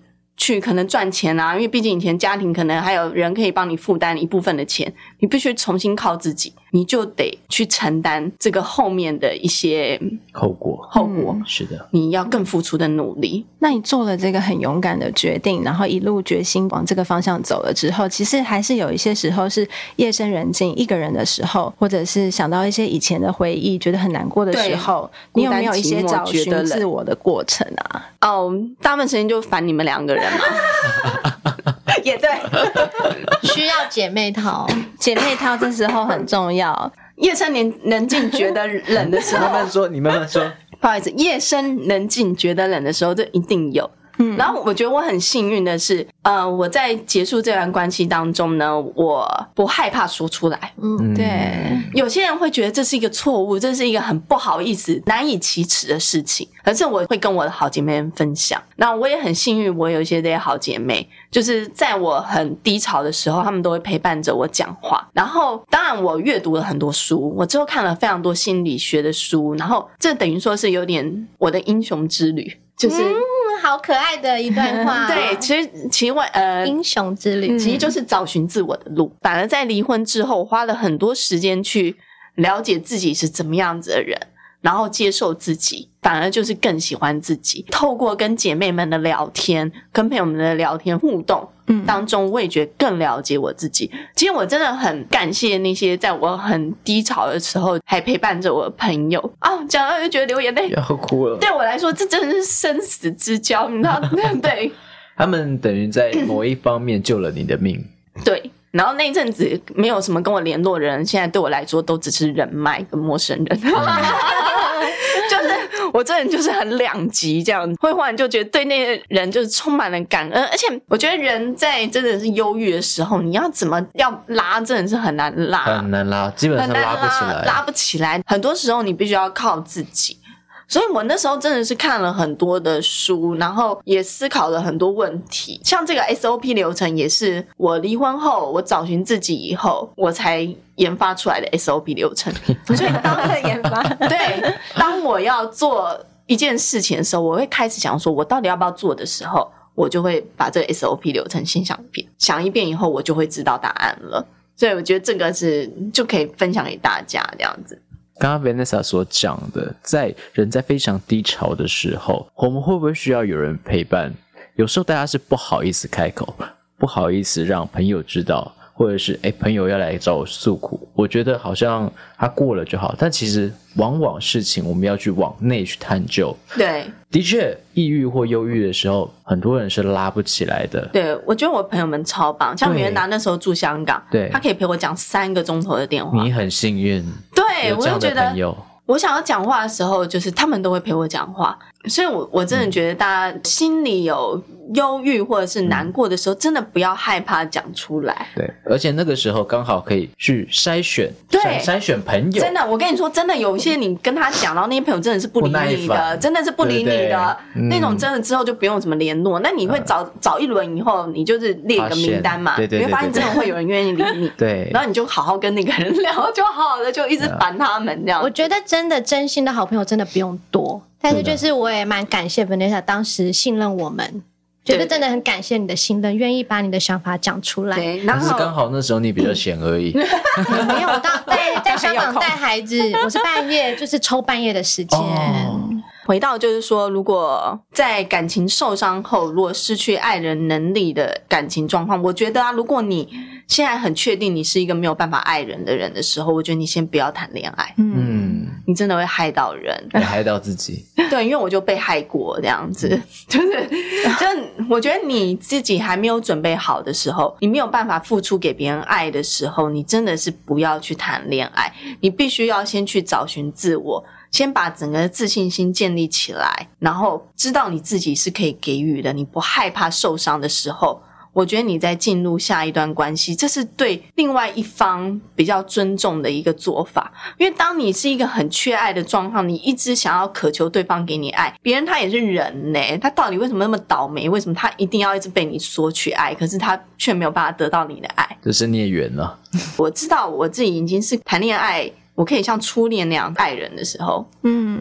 去可能赚钱啊，因为毕竟以前家庭可能还有人可以帮你负担一部分的钱，你必须重新靠自己，你就得去承担这个后面的一些后果， 后果、 嗯、是的， 你要更付出的努力。 那你做了这个很勇敢的决定，然后一路决心往这个方向走了之后，其实还是有一些时候是夜深人静一个人的时候，或者是想到一些以前的回忆觉得很难过的时候，你有没有一些找寻自我的过程啊？ 哦，大部分时间就烦你们两个人嘛。也对， 需要姐妹淘， 姐妹淘这时候很重要。 夜深人静觉得冷的时候， 慢慢说，你慢慢说。 不好意思，夜深人静觉得冷的时候，这一定有。嗯，然后我觉得我很幸运的是，呃，我在结束这段关系当中呢，我不害怕说出来。 嗯，对。 有些人会觉得这是一个错误，这是一个很不好意思、难以启齿的事情，可是我会跟我的好姐妹们分享。那我也很幸运，我有一些这些好姐妹，就是在我很低潮的时候，她们都会陪伴着我讲话。然后，当然我阅读了很多书，我之后看了非常多心理学的书，然后这等于说是有点我的英雄之旅。就是、嗯、 好可爱的一段话。 对，其实其实我呃， 英雄之旅其实就是找寻自我的路。反而在离婚之后，我花了很多时间去了解自己是怎么样子的人，然后接受自己，反而就是更喜欢自己。透过跟姐妹们的聊天，跟朋友们的聊天互动当中，我也觉得更了解我自己。其实我真的很感谢那些在我很低潮的时候还陪伴着我的朋友啊，讲到就觉得流眼泪， 要哭了。 对我来说，这真的是生死之交，你知道？对， 他们等于在某一方面救了你的命。 对。然后那一阵子没有什么跟我联络的人，现在对我来说都只是人脉跟陌生人。就是我这人就是很两极这样，会忽然就觉得对那些人就是充满了感恩。而且我觉得人在真的是忧郁的时候，你要怎么要拉真的是很难拉， 很难拉，基本上拉不起来， 拉不起来。很多时候你必须要靠自己。所以我那时候真的是看了很多的书，然后也思考了很多问题。像这个 S O P 流程也是我离婚后，我找寻自己以后，我才研发出来的 S O P 流程。所以当的研发， 对，当我要做一件事情的时候，我会开始想说，我到底要不要做的时候，我就会把这个 S O P 流程先想一遍，想一遍以后，我就会知道答案了。所以我觉得这个是就可以分享给大家这样子。 刚刚 Vanessa 所讲的，在人在非常低潮的时候，我们会不会需要有人陪伴？有时候大家是不好意思开口，不好意思让朋友知道，或者是诶朋友要来找我诉苦，我觉得好像他过了就好，但其实往往事情我们要去往内去探究。 对， 的确抑郁或忧郁的时候，很多人是拉不起来的。 对，我觉得我朋友们超棒，像米元达那时候住香港， 对， 他可以陪我讲三个钟头的电话。 你很幸运， 对， 有这样的朋友。 我想要讲话的时候，就是他们都会陪我讲话，所以我我真的觉得大家心里有忧郁或者是难过的时候，真的不要害怕讲出来。 对，而且那个时候刚好可以去筛选， 对， 筛选朋友。 真的，我跟你说，真的有一些你跟他讲，然后那些朋友真的是不理你的，真的是不理你的， 对对嗯、 那种真的之后就不用怎么联络。那你会找、嗯、找一轮以后，你就是列一个名单嘛， 对对对对对， 你会发现真的会有人愿意理你。 对， 然后你就好好跟那个人聊就好了，就一直烦他们这样。 我觉得真的真心的好朋友真的不用多，但是就是我也蛮感谢 Vanessa 当时信任我们。觉得真的很感谢你的信任，愿意把你的想法讲出来。 对，然后是刚好那时候你比较闲而已。 没有，我当在在香港带孩子，我是半夜就是抽半夜的时间。 哦，回到就是说，如果在感情受伤后，如果失去爱人能力的感情状况，我觉得啊，如果你现在很确定你是一个没有办法爱人的人的时候，我觉得你先不要谈恋爱。嗯，你真的会害到人， 也害到自己。 对，因为我就被害过这样子，嗯、就是就我觉得你自己还没有准备好的时候，你没有办法付出给别人爱的时候，你真的是不要去谈恋爱，你必须要先去找寻自我。先把整个自信心建立起来，然后知道你自己是可以给予的，你不害怕受伤的时候，我觉得你再进入下一段关系，这是对另外一方比较尊重的一个做法。因为当你是一个很缺爱的状况，你一直想要渴求对方给你爱，别人他也是人呢，他到底为什么那么倒霉？为什么他一定要一直被你索取爱，可是他却没有办法得到你的爱？ 这是孽缘啊。 我知道我自己已经是谈恋爱我可以像初恋那样爱人的时候， 嗯，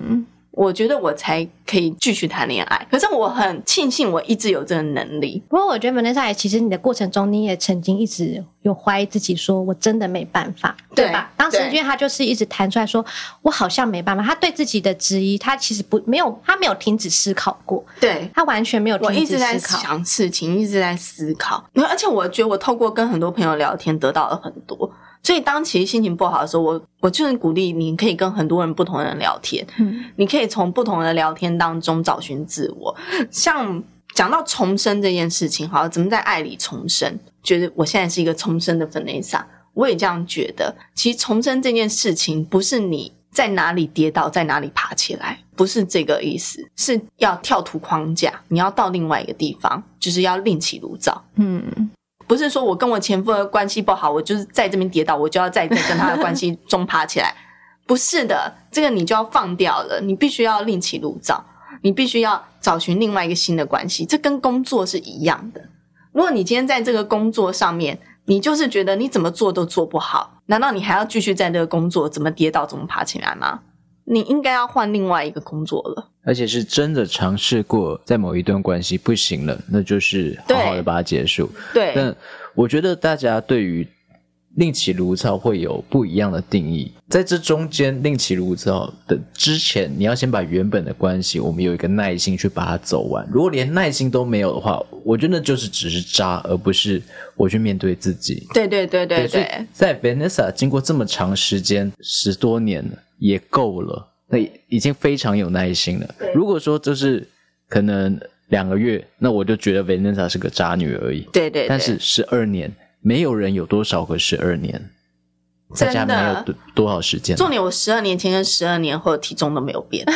我觉得我才可以继续谈恋爱。可是我很庆幸我一直有这个能力。 不过我觉得 Vanessa 也其实你的过程中，你也曾经一直有怀疑自己，说我真的没办法，对吧？当时因为他就是一直弹出来说，我好像没办法。他对自己的质疑，他其实不没有，他没有停止思考过。 对， 他完全没有停止思考。 我一直在想事情，一直在思考。而且我觉得我透过跟很多朋友聊天，得到了很多。所以当其实心情不好的时候，我我就是鼓励你可以跟很多人不同的人聊天，嗯，你可以从不同的聊天当中找寻自我。像讲到重生这件事情，好，怎么在爱里重生？觉得我现在是一个重生的 Vanessa， 我也这样觉得。其实重生这件事情不是你在哪里跌倒在哪里爬起来，不是这个意思，是要跳出框架，你要到另外一个地方，就是要另起炉灶。嗯。不是说我跟我前夫的关系不好，我就是在这边跌倒，我就要再再跟他的关系中爬起来。不是的，这个你就要放掉了，你必须要另起炉灶，你必须要找寻另外一个新的关系。这跟工作是一样的。如果你今天在这个工作上面，你就是觉得你怎么做都做不好，难道你还要继续在这个工作怎么跌倒怎么爬起来吗？你应该要换另外一个工作了， 而且是真的尝试过，在某一段关系不行了，那就是好好的把它结束。 对， 但我觉得大家对于另起炉灶会有不一样的定义，在这中间另起炉灶的之前，你要先把原本的关系，我们有一个耐心去把它走完。如果连耐心都没有的话，我觉得那就是只是渣，而不是我去面对自己。 对对对对 对, 对，所以在 Vanessa 经过这么长时间，十多年了也够了，那已经非常有耐心了。如果说就是可能两个月，那我就觉得 Vanessa 是个渣女而已。 对 对, 对， 但是十二年，没有人有多少个十二年，大家没有多多少时间。 重点，我十二年前跟十二年后的体重都没有变。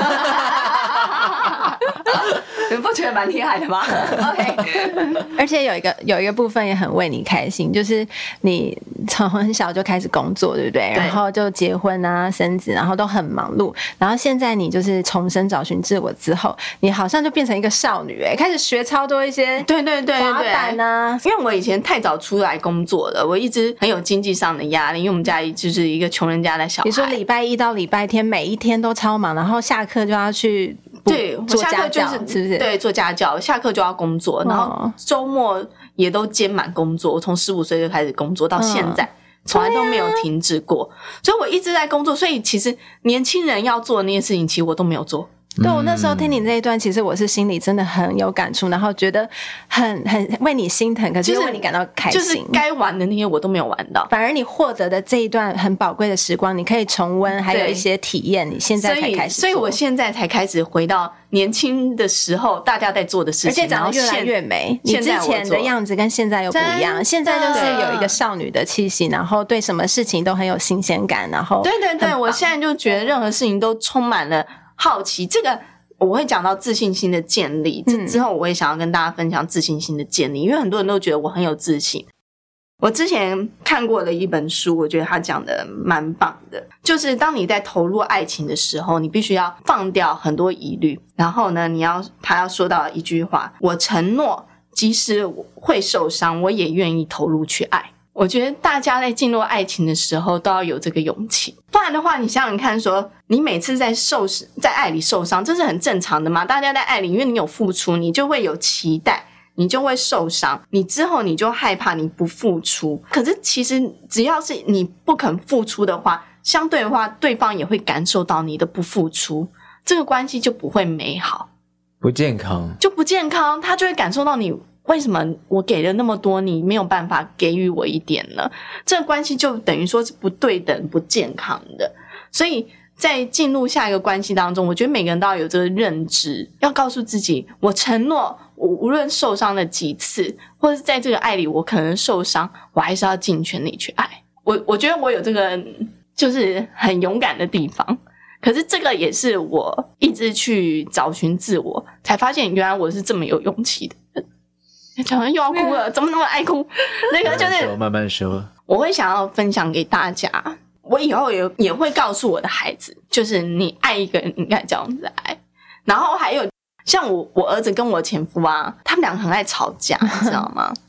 你不觉得蛮厉害的吗？OK， 而且有一个有一个部分也很为你开心，就是你从很小就开始工作，对不对？对，然后就结婚啊、生子，然后都很忙碌。然后现在你就是重生找寻自我之后，你好像就变成一个少女、欸，开始学超多一些对对对滑板啊。 因为我以前太早出来工作了，我一直很有经济上的压力，因为我们家里就是一个穷人家的小孩。 你说礼拜一到礼拜天每一天都超忙，然后下课就要去。 对，我下课就是是不是？对，做家教，下课就要工作，然后周末也都兼满工作。我从十五岁就开始工作，到现在、嗯、从来都没有停止过，所以我一直在工作。所以其实年轻人要做的那些事情，其实我都没有做。 对，我那时候听你这一段，其实我是心里真的很有感触，然后觉得很很为你心疼，可是又为你感到开心。 就是该玩的那些我都没有玩到， 反而你获得的这一段很宝贵的时光，你可以重温，还有一些体验，你现在才开始做。 所以，所以我现在才开始回到年轻的时候大家在做的事情， 而且长得越来越美。你之前的样子跟现在又不一样，现在就是有一个少女的气息，然后对什么事情都很有新鲜感，然后对对对，我现在就觉得任何事情都充满了好奇。这个我会讲到自信心的建立，这之后我也想要跟大家分享自信心的建立，因为很多人都觉得我很有自信。我之前看过的一本书，我觉得他讲的蛮棒的，就是当你在投入爱情的时候，你必须要放掉很多疑虑，然后呢，你要他要说到一句话，我承诺即使会受伤，我也愿意投入去爱。我觉得大家在进入爱情的时候都要有这个勇气，不然的话，你想想看说，你每次在受在爱里受伤，这是很正常的嘛？大家在爱里，因为你有付出，你就会有期待，你就会受伤，你之后你就害怕你不付出。可是其实只要是你不肯付出的话，相对的话，对方也会感受到你的不付出，这个关系就不会美好， 不健康， 就不健康，他就会感受到你。为什么我给了那么多，你没有办法给予我一点呢？这个关系就等于说是不对等、不健康的。所以在进入下一个关系当中，我觉得每个人都要有这个认知，要告诉自己，我承诺，我无论受伤了几次，或者是在这个爱里我可能受伤，我还是要尽全力去爱。我我觉得我有这个就是很勇敢的地方。可是这个也是我一直去找寻自我，才发现原来我是这么有勇气的。讲又要哭了，怎么那么爱哭？那个就是慢慢说。 我会想要分享给大家，我以后也也会告诉我的孩子，就是你爱一个人应该这样子爱。然后还有像我我儿子跟我前夫啊，他们两个很爱吵架，你知道吗？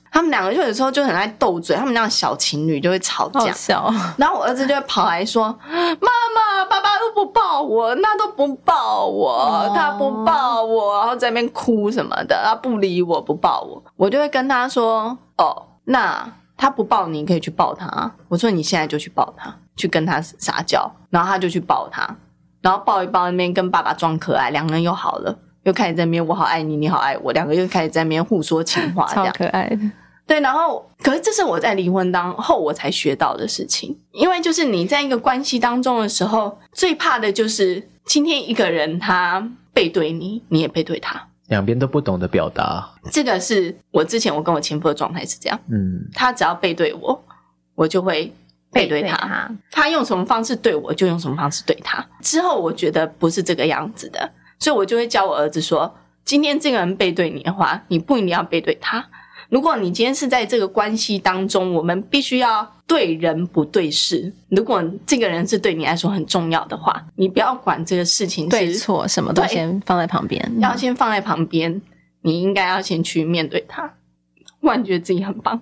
他们两个就有时候就很爱斗嘴，他们那样小情侣就会吵架。 好笑。 然后我儿子就会跑来说：“妈妈，爸爸都不抱我，那都不抱我， 哦他不抱我，然后在那边哭什么的，他不理我，不抱我。”我就会跟他说：“哦，那他不抱你，可以去抱他。”我说：“你现在就去抱他，去跟他撒娇。”然后他就去抱他，然后抱一抱那边跟爸爸装可爱，两个人又好了。又开始在那边我好爱你，你好爱我，两个又开始在那边互说情话，这样超可爱的。 对，然后可是这是我在离婚当后我才学到的事情，因为就是你在一个关系当中的时候，最怕的就是今天一个人他背对你，你也背对他， 两边都不懂得表达。 这个是我之前我跟我前夫的状态是这样， 嗯， 他只要背对我，我就会背对他， 背对他他用什么方式对我，就用什么方式对他。之后我觉得不是这个样子的，所以我就会教我儿子说，今天这个人背对你的话，你不一定要背对他。如果你今天是在这个关系当中，我们必须要对人不对事。如果这个人是对你来说很重要的话，你不要管这个事情是对错，什么都先放在旁边， 要先放在旁边，你应该要先去面对他。忽然觉得自己很棒。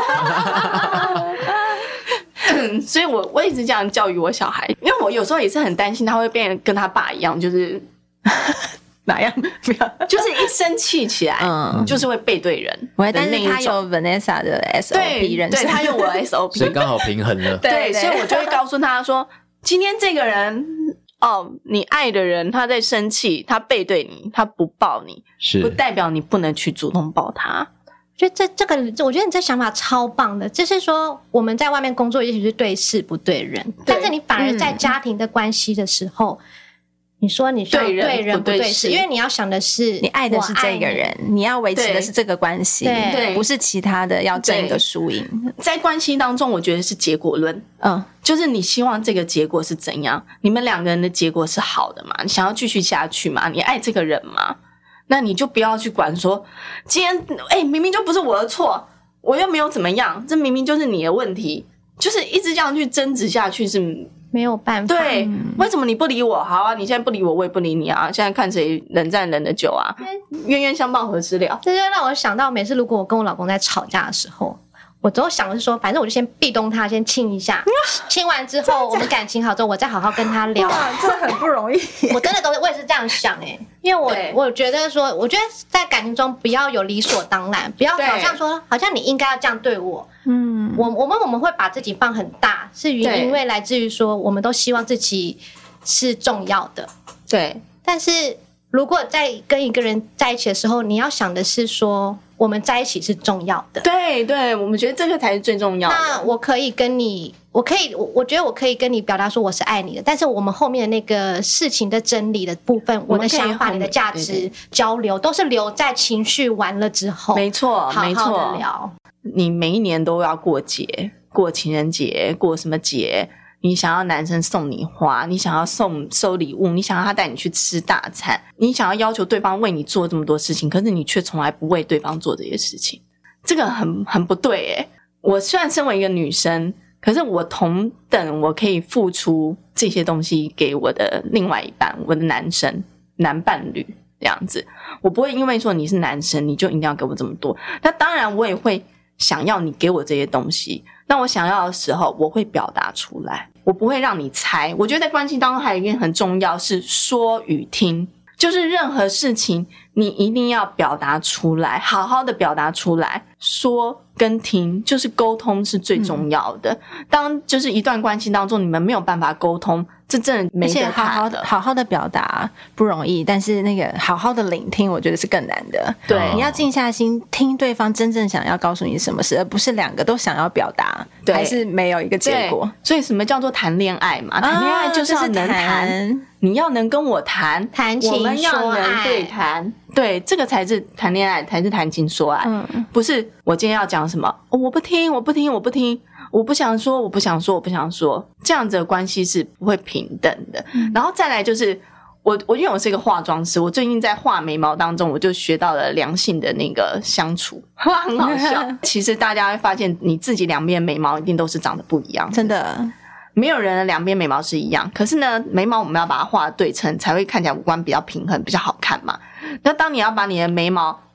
所以我我一直这样教育我小孩，因为我有时候也是很担心他会变得跟他爸一样，就是哪样？不要， 就是一生气起来， 嗯就是会背对人我但的那一种。 是他有 Vanessa 的 S O P 对人生， 对，他有我的 S O P， 所以刚好平衡了。 对， 对所以我就会告诉他说，今天这个人哦，你爱的人他在生气，他背对你，他不抱你， 是不代表你不能去主动抱他。 我觉得这这个，我觉得你这想法超棒的。就是说，我们在外面工作，也许是对事不对人，但是你反而在家庭的关系的时候，你说你需要对人对人不对不对事， 事因为你要想的是， 你爱的是这个人，你要维持的是这个关系， 对对不是其他的要争一个输赢。 在关系当中，我觉得是结果论。 嗯， 就是你希望这个结果是怎样？你们两个人的结果是好的嘛？你想要继续下去嘛？你爱这个人嘛？那你就不要去管说，今天哎、欸，明明就不是我的错，我又没有怎么样，这明明就是你的问题，就是一直这样去争执下去是没有办法。 对。为什么你不理我？好啊，你现在不理我，我也不理你啊。现在看谁冷战冷的久啊，冤冤相报何时了？ 这就让我想到，每次如果我跟我老公在吵架的时候，我都想的是说，反正我就先壁咚他，先亲一下，亲完之后我们感情好之后，我再好好跟他聊。 哇，这很不容易。 我真的都是，我也是这样想哎、欸，因为对我我觉得说，我觉得在感情中不要有理所当然，不要对好像说，好像你应该要这样对我。 嗯， 我我们我们会把自己放很大，是原因对为来自于说，我们都希望自己是重要的， 对但是如果在跟一个人在一起的时候，你要想的是说，我们在一起是重要的。 对对，我们觉得这个才是最重要的。 那我可以跟你，我可以，我我觉得我可以跟你表达说我是爱你的，但是我们后面的那个事情的真理的部分，我的想法、你的价值交流，都是留在情绪完了之后， 没错， 好好没错的。聊。 你每一年都要过节，过情人节，过什么节？你想要男生送你花，你想要送收礼物，你想要他带你去吃大餐，你想要要求对方为你做这么多事情，可是你却从来不为对方做这些事情，这个很很不对耶。我虽然身为一个女生，可是我同等我可以付出这些东西给我的另外一半，我的男生男伴侣这样子，我不会因为说你是男生你就一定要给我这么多，那当然我也会想要你给我这些东西，那我想要的时候我会表达出来，我不会让你猜。我觉得在关系当中还有一件很重要是说与听，就是任何事情你一定要表达出来，好好的表达出来。说跟听就是沟通是最重要的、嗯、当就是一段关系当中你们没有办法沟通，这真的没得谈的。 好好的好好的表达不容易，但是那个好好的聆听我觉得是更难的。 对， 你要静下心听对方真正想要告诉你什么事，而不是两个都想要表达， 对， 还是没有一个结果。 所以什么叫做谈恋爱嘛？谈恋爱就是要能谈、 啊、 你要能跟我谈， 谈情说爱， 我们要能对谈，对，这个才是谈恋爱，才是谈情说爱。嗯，不是我今天要讲什么、哦、我不听我不听我不听我不想说我不想说我不想说，这样子的关系是不会平等的、嗯、然后再来就是我我因为我是一个化妆师，我最近在画眉毛当中我就学到了良性的那个相处，很好笑其实大家会发现你自己两边眉毛一定都是长得不一样的， 真的没有人的两边眉毛是一样，可是呢眉毛我们要把它画对称才会看起来五官比较平衡比较好看嘛。那当你要把你的眉毛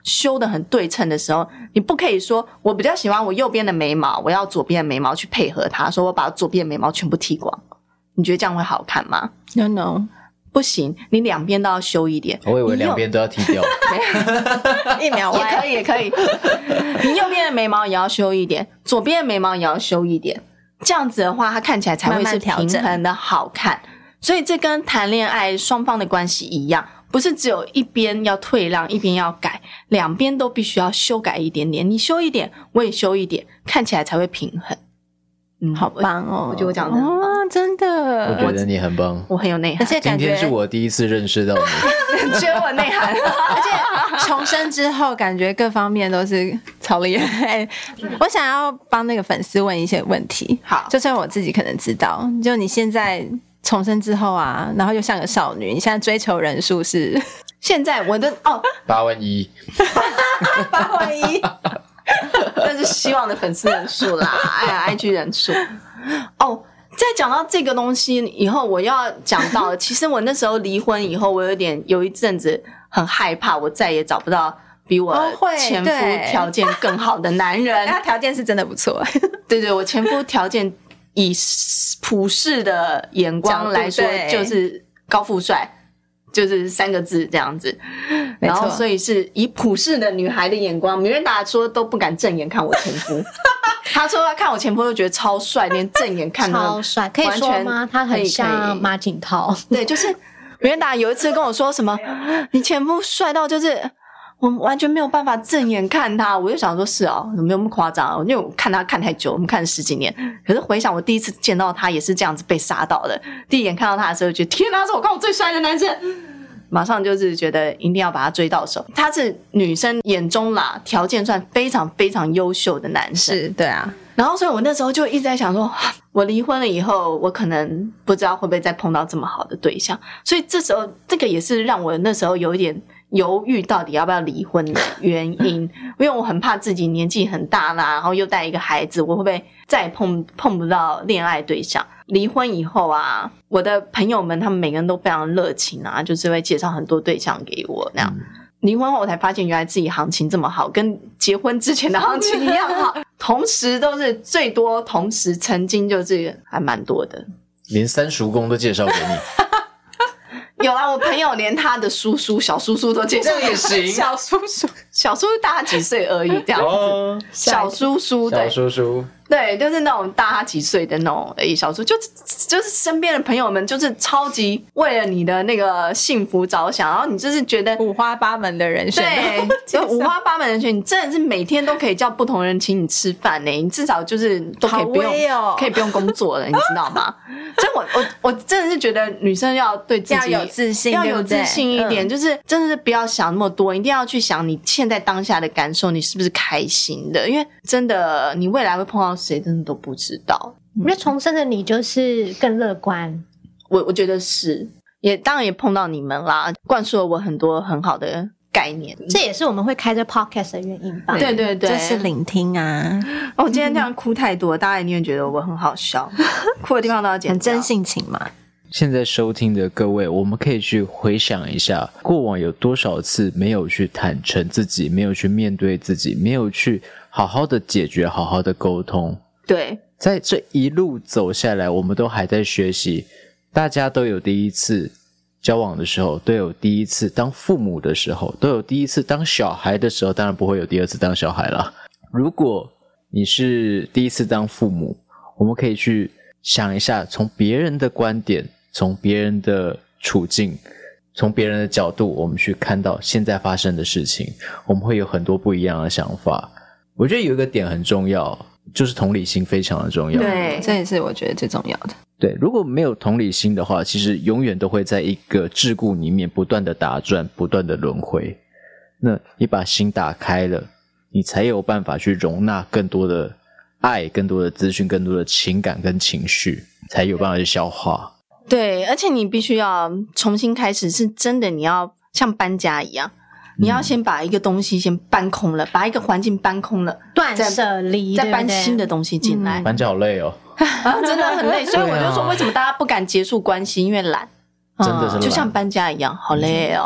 修得很对称的时候，你不可以说我比较喜欢我右边的眉毛，我要左边的眉毛去配合它，说我把左边的眉毛全部剃光，你觉得这样会好看吗？ No no， 不行，你两边都要修一点。 我以为两边都要剃掉， 一秒也可以也可以，你右边的眉毛也要修一点，左边的眉毛也要修一点，这样子的话它看起来才会是平衡的好看。所以这跟谈恋爱双方的关系一样，不是只有一边要退让一边要改，两边都必须要修改一点点，你修一点我也修一点，看起来才会平衡。嗯， 好棒哦！ 我觉得我讲的哦，真的， 我觉得你很棒， 我很有内涵， 而且感觉今天是我第一次认识到你， 觉得我内涵， 而且重生之后，感觉各方面都是超厉害。我想要帮那个粉丝问一些问题， 好， 就算我自己可能知道，就你现在重生之后啊，然后又像个少女，你现在追求人数是？ 现在我的哦， 八万一， 八万一。 那是希望的粉丝人数啦，哎呀 ，I G 人数。哦，在讲到这个东西以后，我要讲到，其实我那时候离婚以后，我有点有一阵子很害怕，我再也找不到比我前夫条件更好的男人。 他条件是真的不错， 对对，我前夫条件以普世的眼光来说，就是高富帅。就是三个字这样子，然后所以是以普世的女孩的眼光，米瑞达说都不敢正眼看我前夫，他说他看我前夫就觉得超帅，连正眼看都超帅，可以说吗？他很像马景涛， 对，就是米瑞达有一次跟我说什么，你前夫帅到就是我完全没有办法正眼看他，我就想说是哦，没有那么夸张，因为我看他看太久，我们看了十几年，可是回想我第一次见到他也是这样子被杀到的，第一眼看到他的时候，觉得天哪，是我看我最帅的男生。马上就是觉得一定要把他追到手，他是女生眼中啦条件算非常非常优秀的男生， 是，对啊。 然后所以我那时候就一直在想说，我离婚了以后，我可能不知道会不会再碰到这么好的对象，所以这时候这个也是让我那时候有一点犹豫到底要不要离婚的原因，因为我很怕自己年纪很大啦，然后又带一个孩子，我会不会再也碰碰不到恋爱对象。离婚以后啊，我的朋友们他们每个人都非常热情啊，就是会介绍很多对象给我那样。离婚后我才发现原来自己行情这么好，跟结婚之前的行情一样好，同时都是最多，同时曾经就是还蛮多的， 连三叔公都介绍给你。 有啦，我朋友连他的叔叔小叔叔都介绍， 这样也行。 小叔叔小叔叔大他几岁而已这样子， 哦、 小叔叔对， 小叔叔对，就是那种大他几岁的那种而已小叔，就就是身边的朋友们就是超级为了你的那个幸福着想，然后你就是觉得五花八门的人选， 对，就五花八门的人选，你真的是每天都可以叫不同人请你吃饭呢，你至少就是都可以不用、 哦、 可以不用工作了，你知道吗？所以我我我真的是觉得女生要对自己要有自信， 要有自信一点， 嗯、 就是真的是不要想那么多，一定要去想你现在当下的感受，你是不是开心的？因为真的你未来会碰到谁，真的都不知道。 因为重生的你就是更乐观， 我我觉得是，也当然也碰到你们啦，灌输了我很多很好的概念， 这也是我们会开这 podcast 的原因吧？ 对对对， 就是聆听啊。 哦，我今天这样哭太多，大家一定会觉得我很好笑，哭的地方都要剪掉， 很真性情嘛。 现在收听的各位，我们可以去回想一下，过往有多少次没有去坦诚自己，没有去面对自己，没有去好好的解决，好好的沟通。 对， 在这一路走下来，我们都还在学习，大家都有第一次交往的时候，都有第一次当父母的时候，都有第一次当小孩的时候，当然不会有第二次当小孩啦。如果你是第一次当父母，我们可以去想一下，从别人的观点，从别人的处境，从别人的角度，我们去看到现在发生的事情，我们会有很多不一样的想法。我觉得有一个点很重要，就是同理心非常的重要。 对， 这也是我觉得最重要的。 对，如果没有同理心的话，其实永远都会在一个桎梏里面不断的打转，不断的轮回。那你把心打开了，你才有办法去容纳更多的爱，更多的资讯，更多的情感跟情绪，才有办法去消化。 对，而且你必须要重新开始，是真的，你要像搬家一样，你要先把一个东西先搬空了，把一个环境搬空了， 断舍离， 再搬新的东西进来。 搬家好累哦， 啊，真的很累，所以我就说，为什么大家不敢结束关系？因为懒， 真的是懒， 就像搬家一样，好累哦。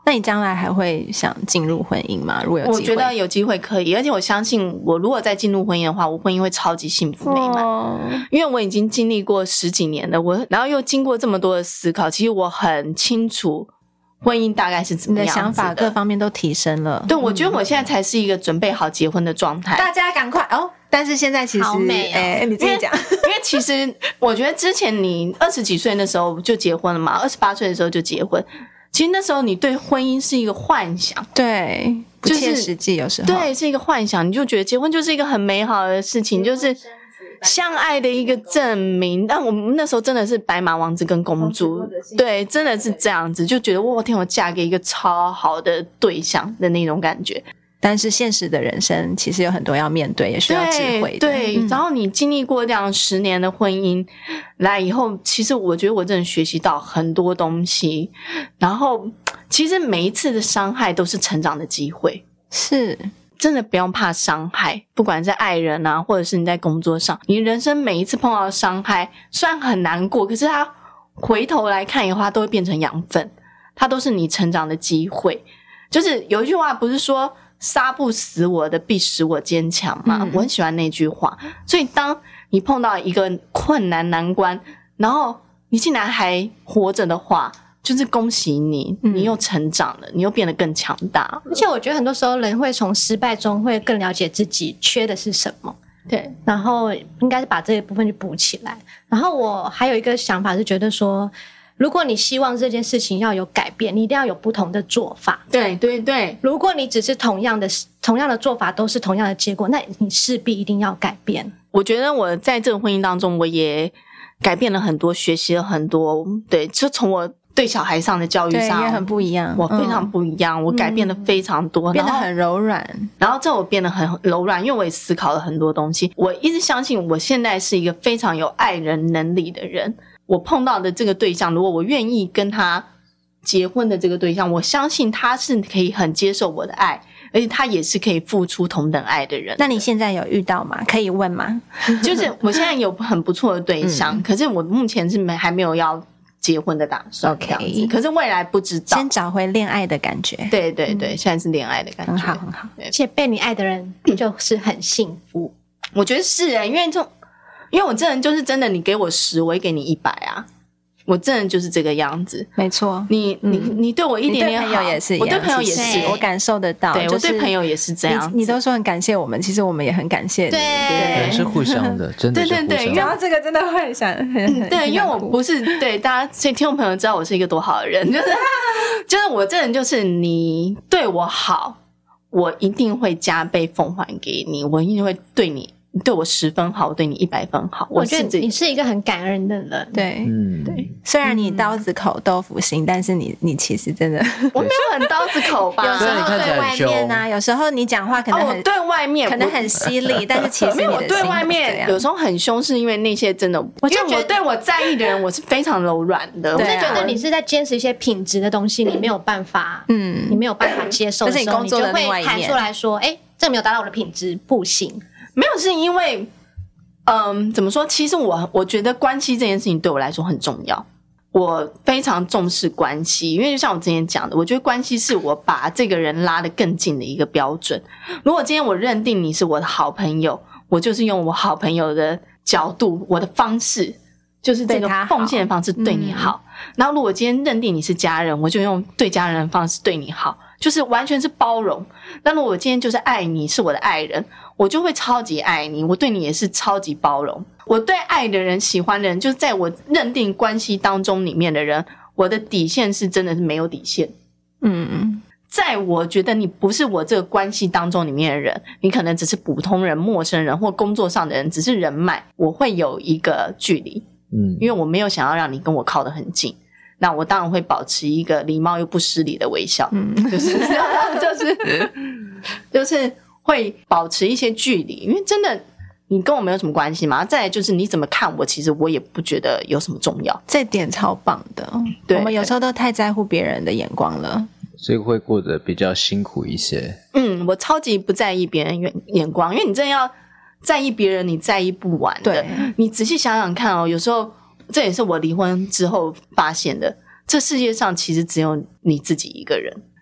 那你将来还会想进入婚姻吗？如果有机会， 我觉得有机会可以，而且我相信我如果再进入婚姻的话，我婚姻会超级幸福美满。 哦， 因为我已经经历过十几年了，我然后又经过这么多的思考，其实我很清楚婚姻大概是怎么样子的， 你的想法各方面都提升了。 对，我觉得我现在才是一个准备好结婚的状态。 大家赶快哦！但是现在其实， 好美哦哎，你自己讲， 因为其实我觉得之前你二十几岁那时候就结婚了嘛，二十八岁的时候就结婚，其实那时候你对婚姻是一个幻想， 对，不就是切实际，有时候对，是一个幻想，你就觉得结婚就是一个很美好的事情，就是相爱的一个证明。但我们那时候真的是白马王子跟公主，对，真的是这样子，就觉得哇天，我嫁给一个超好的对象的那种感觉。 但是现实的人生其实有很多要面对，也需要智慧的。 对，对，然后你经历过这样十年的婚姻来以后，其实我觉得我真的学习到很多东西。然后，其实每一次的伤害都是成长的机会， 是真的不用怕伤害，不管是爱人啊，或者是你在工作上，你人生每一次碰到的伤害，虽然很难过，可是它回头来看的话，都会变成养分，它都是你成长的机会。就是有一句话不是说杀不死我的必使我坚强嘛、嗯、我很喜欢那句话。所以当你碰到一个困难难关，然后你竟然还活着的话，就是恭喜你，你又成长了、嗯、你又变得更强大。 而且我觉得很多时候人会从失败中会更了解自己缺的是什么，对，然后应该是把这一部分去补起来。然后我还有一个想法是觉得说，如果你希望这件事情要有改变，你一定要有不同的做法。 对对对， 如果你只是同样的同样的做法都是同样的结果，那你势必一定要改变。 我觉得我在这个婚姻当中，我也改变了很多，学习了很多。对，就从我对小孩上的教育上， 对，也很不一样， 我非常不一样、嗯、我改变了非常多、嗯、 变得很柔软。 然后这我变得很柔软，因为我也思考了很多东西。我一直相信我现在是一个非常有爱人能力的人。我碰到的这个对象，如果我愿意跟他结婚的这个对象，我相信他是可以很接受我的爱，而且他也是可以付出同等爱的人。 那你现在有遇到吗？可以问吗？ 就是我现在有很不错的对象、嗯、可是我目前是没还没有要结婚的打算 OK， 这样子，可是未来不知道。 先找回恋爱的感觉。 对对对、嗯、现在是恋爱的感觉， 很好很好。 而且被你爱的人就是很幸福。 我觉得是耶、欸、因为这因为我这人就是真的，你给我十，我也给你一百啊。我真的就是这个样子， 没错。 你你你对我一点点好， 你对朋友也是一样， 我对朋友也是， 我感受得到。 对、 就是、 我对朋友也是这样子。 你, 你都说很感谢我们，其实我们也很感谢你。 对， 对，是互相的，真的是互相的。 对对对， 然后这个真的会想，很对，因为我不是对大家，所以听众朋友知道我是一个多好的人，就是就是我这人就是你对我好，我一定会加倍奉还给你，我一定会对你。你对我十分好，我对你一百分好。 我觉得你是一个很感恩的人。 对， 嗯， 对。虽然你刀子口豆腐心，但是你你其实真的， 我没有很刀子口吧？ 有时候对外面啊，有时候你讲话可能很、 哦、我对外面可能很犀利，但是其实你的我对外面有时候很凶，是因为那些真的， 我就因为我对我在意的人，我是非常柔软的。 我是觉得你是在坚持一些品质的东西，你没有办法，嗯，你没有办法接受的时候， 你就会喊出来说：“哎、欸，这没有达到我的品质，不行。” 没有，是因为。嗯，怎么说？其实我我觉得关系这件事情对我来说很重要，我非常重视关系，因为就像我之前讲的，我觉得关系是我把这个人拉得更近的一个标准。如果今天我认定你是我的好朋友，我就是用我好朋友的角度，我的方式，就是这个奉献的方式对你好。嗯、然后如果今天认定你是家人，我就用对家人的方式对你好，就是完全是包容。那如果我今天就是爱你，是我的爱人，我就会超级爱你，我对你也是超级包容。我对爱的人、喜欢的人，就是在我认定关系当中里面的人，我的底线是真的是没有底线。嗯，在我觉得你不是我这个关系当中里面的人，你可能只是普通人、陌生人或工作上的人，只是人脉，我会有一个距离。嗯，因为我没有想要让你跟我靠得很近。那我当然会保持一个礼貌又不失礼的微笑，嗯，就是就是就是会保持一些距离，因为真的你跟我没有什么关系嘛。再来就是你怎么看我，其实我也不觉得有什么重要， 这点超棒的。对，我们有时候都太在乎别人的眼光了， 所以会过得比较辛苦一些。 嗯，我超级不在意别人眼光，因为你真的要在意别人，你在意不完的。对，你仔细想想看哦，有时候。这也是我离婚之后发现的，这世界上其实只有你自己一个人，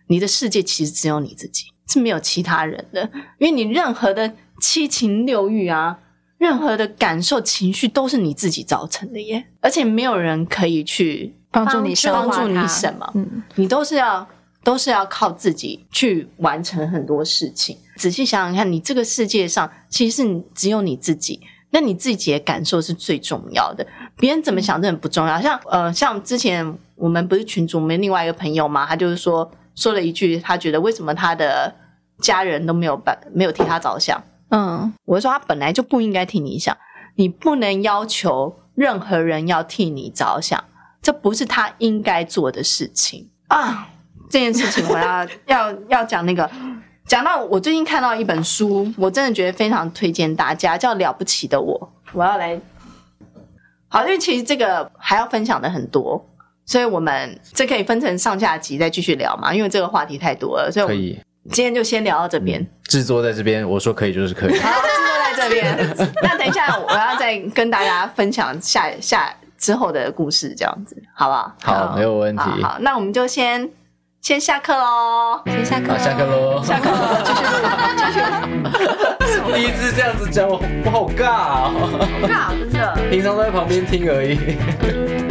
你的世界其实只有你自己，是没有其他人的。因为你任何的七情六欲啊，任何的感受情绪都是你自己造成的耶，而且没有人可以去帮助你消化它， 帮助你什么，嗯，你都是要都是要靠自己去完成很多事情。仔细想想看，你这个世界上其实是只有你自己，那你自己的感受是最重要的，别人怎么想真的不重要。像呃，像之前我们不是群组，我们另外一个朋友嘛，他就是说说了一句，他觉得为什么他的家人都没有办没有替他着想。嗯，我说他本来就不应该替你想，你不能要求任何人要替你着想，这不是他应该做的事情啊。这件事情我要要要讲那个。讲到我最近看到一本书，我真的觉得非常推荐大家，叫《了不起的我》。我要来，好，因为其实这个还要分享的很多，所以我们这可以分成上下集再继续聊嘛，因为这个话题太多了，所以我们可以今天就先聊到这边。嗯、 制作在这边，我说可以就是可以。 好，制作在这边。那等一下我要再跟大家分享下下之后的故事，这样子好不好？ 好，好没有问题。 好，好，那我们就先。先下课咯， 先下课， 好，下课咯， 下课咯，继续录，继续录。 第一次这样子讲，我我好尬哦， 好尬，真的。 平常都在旁边听而已。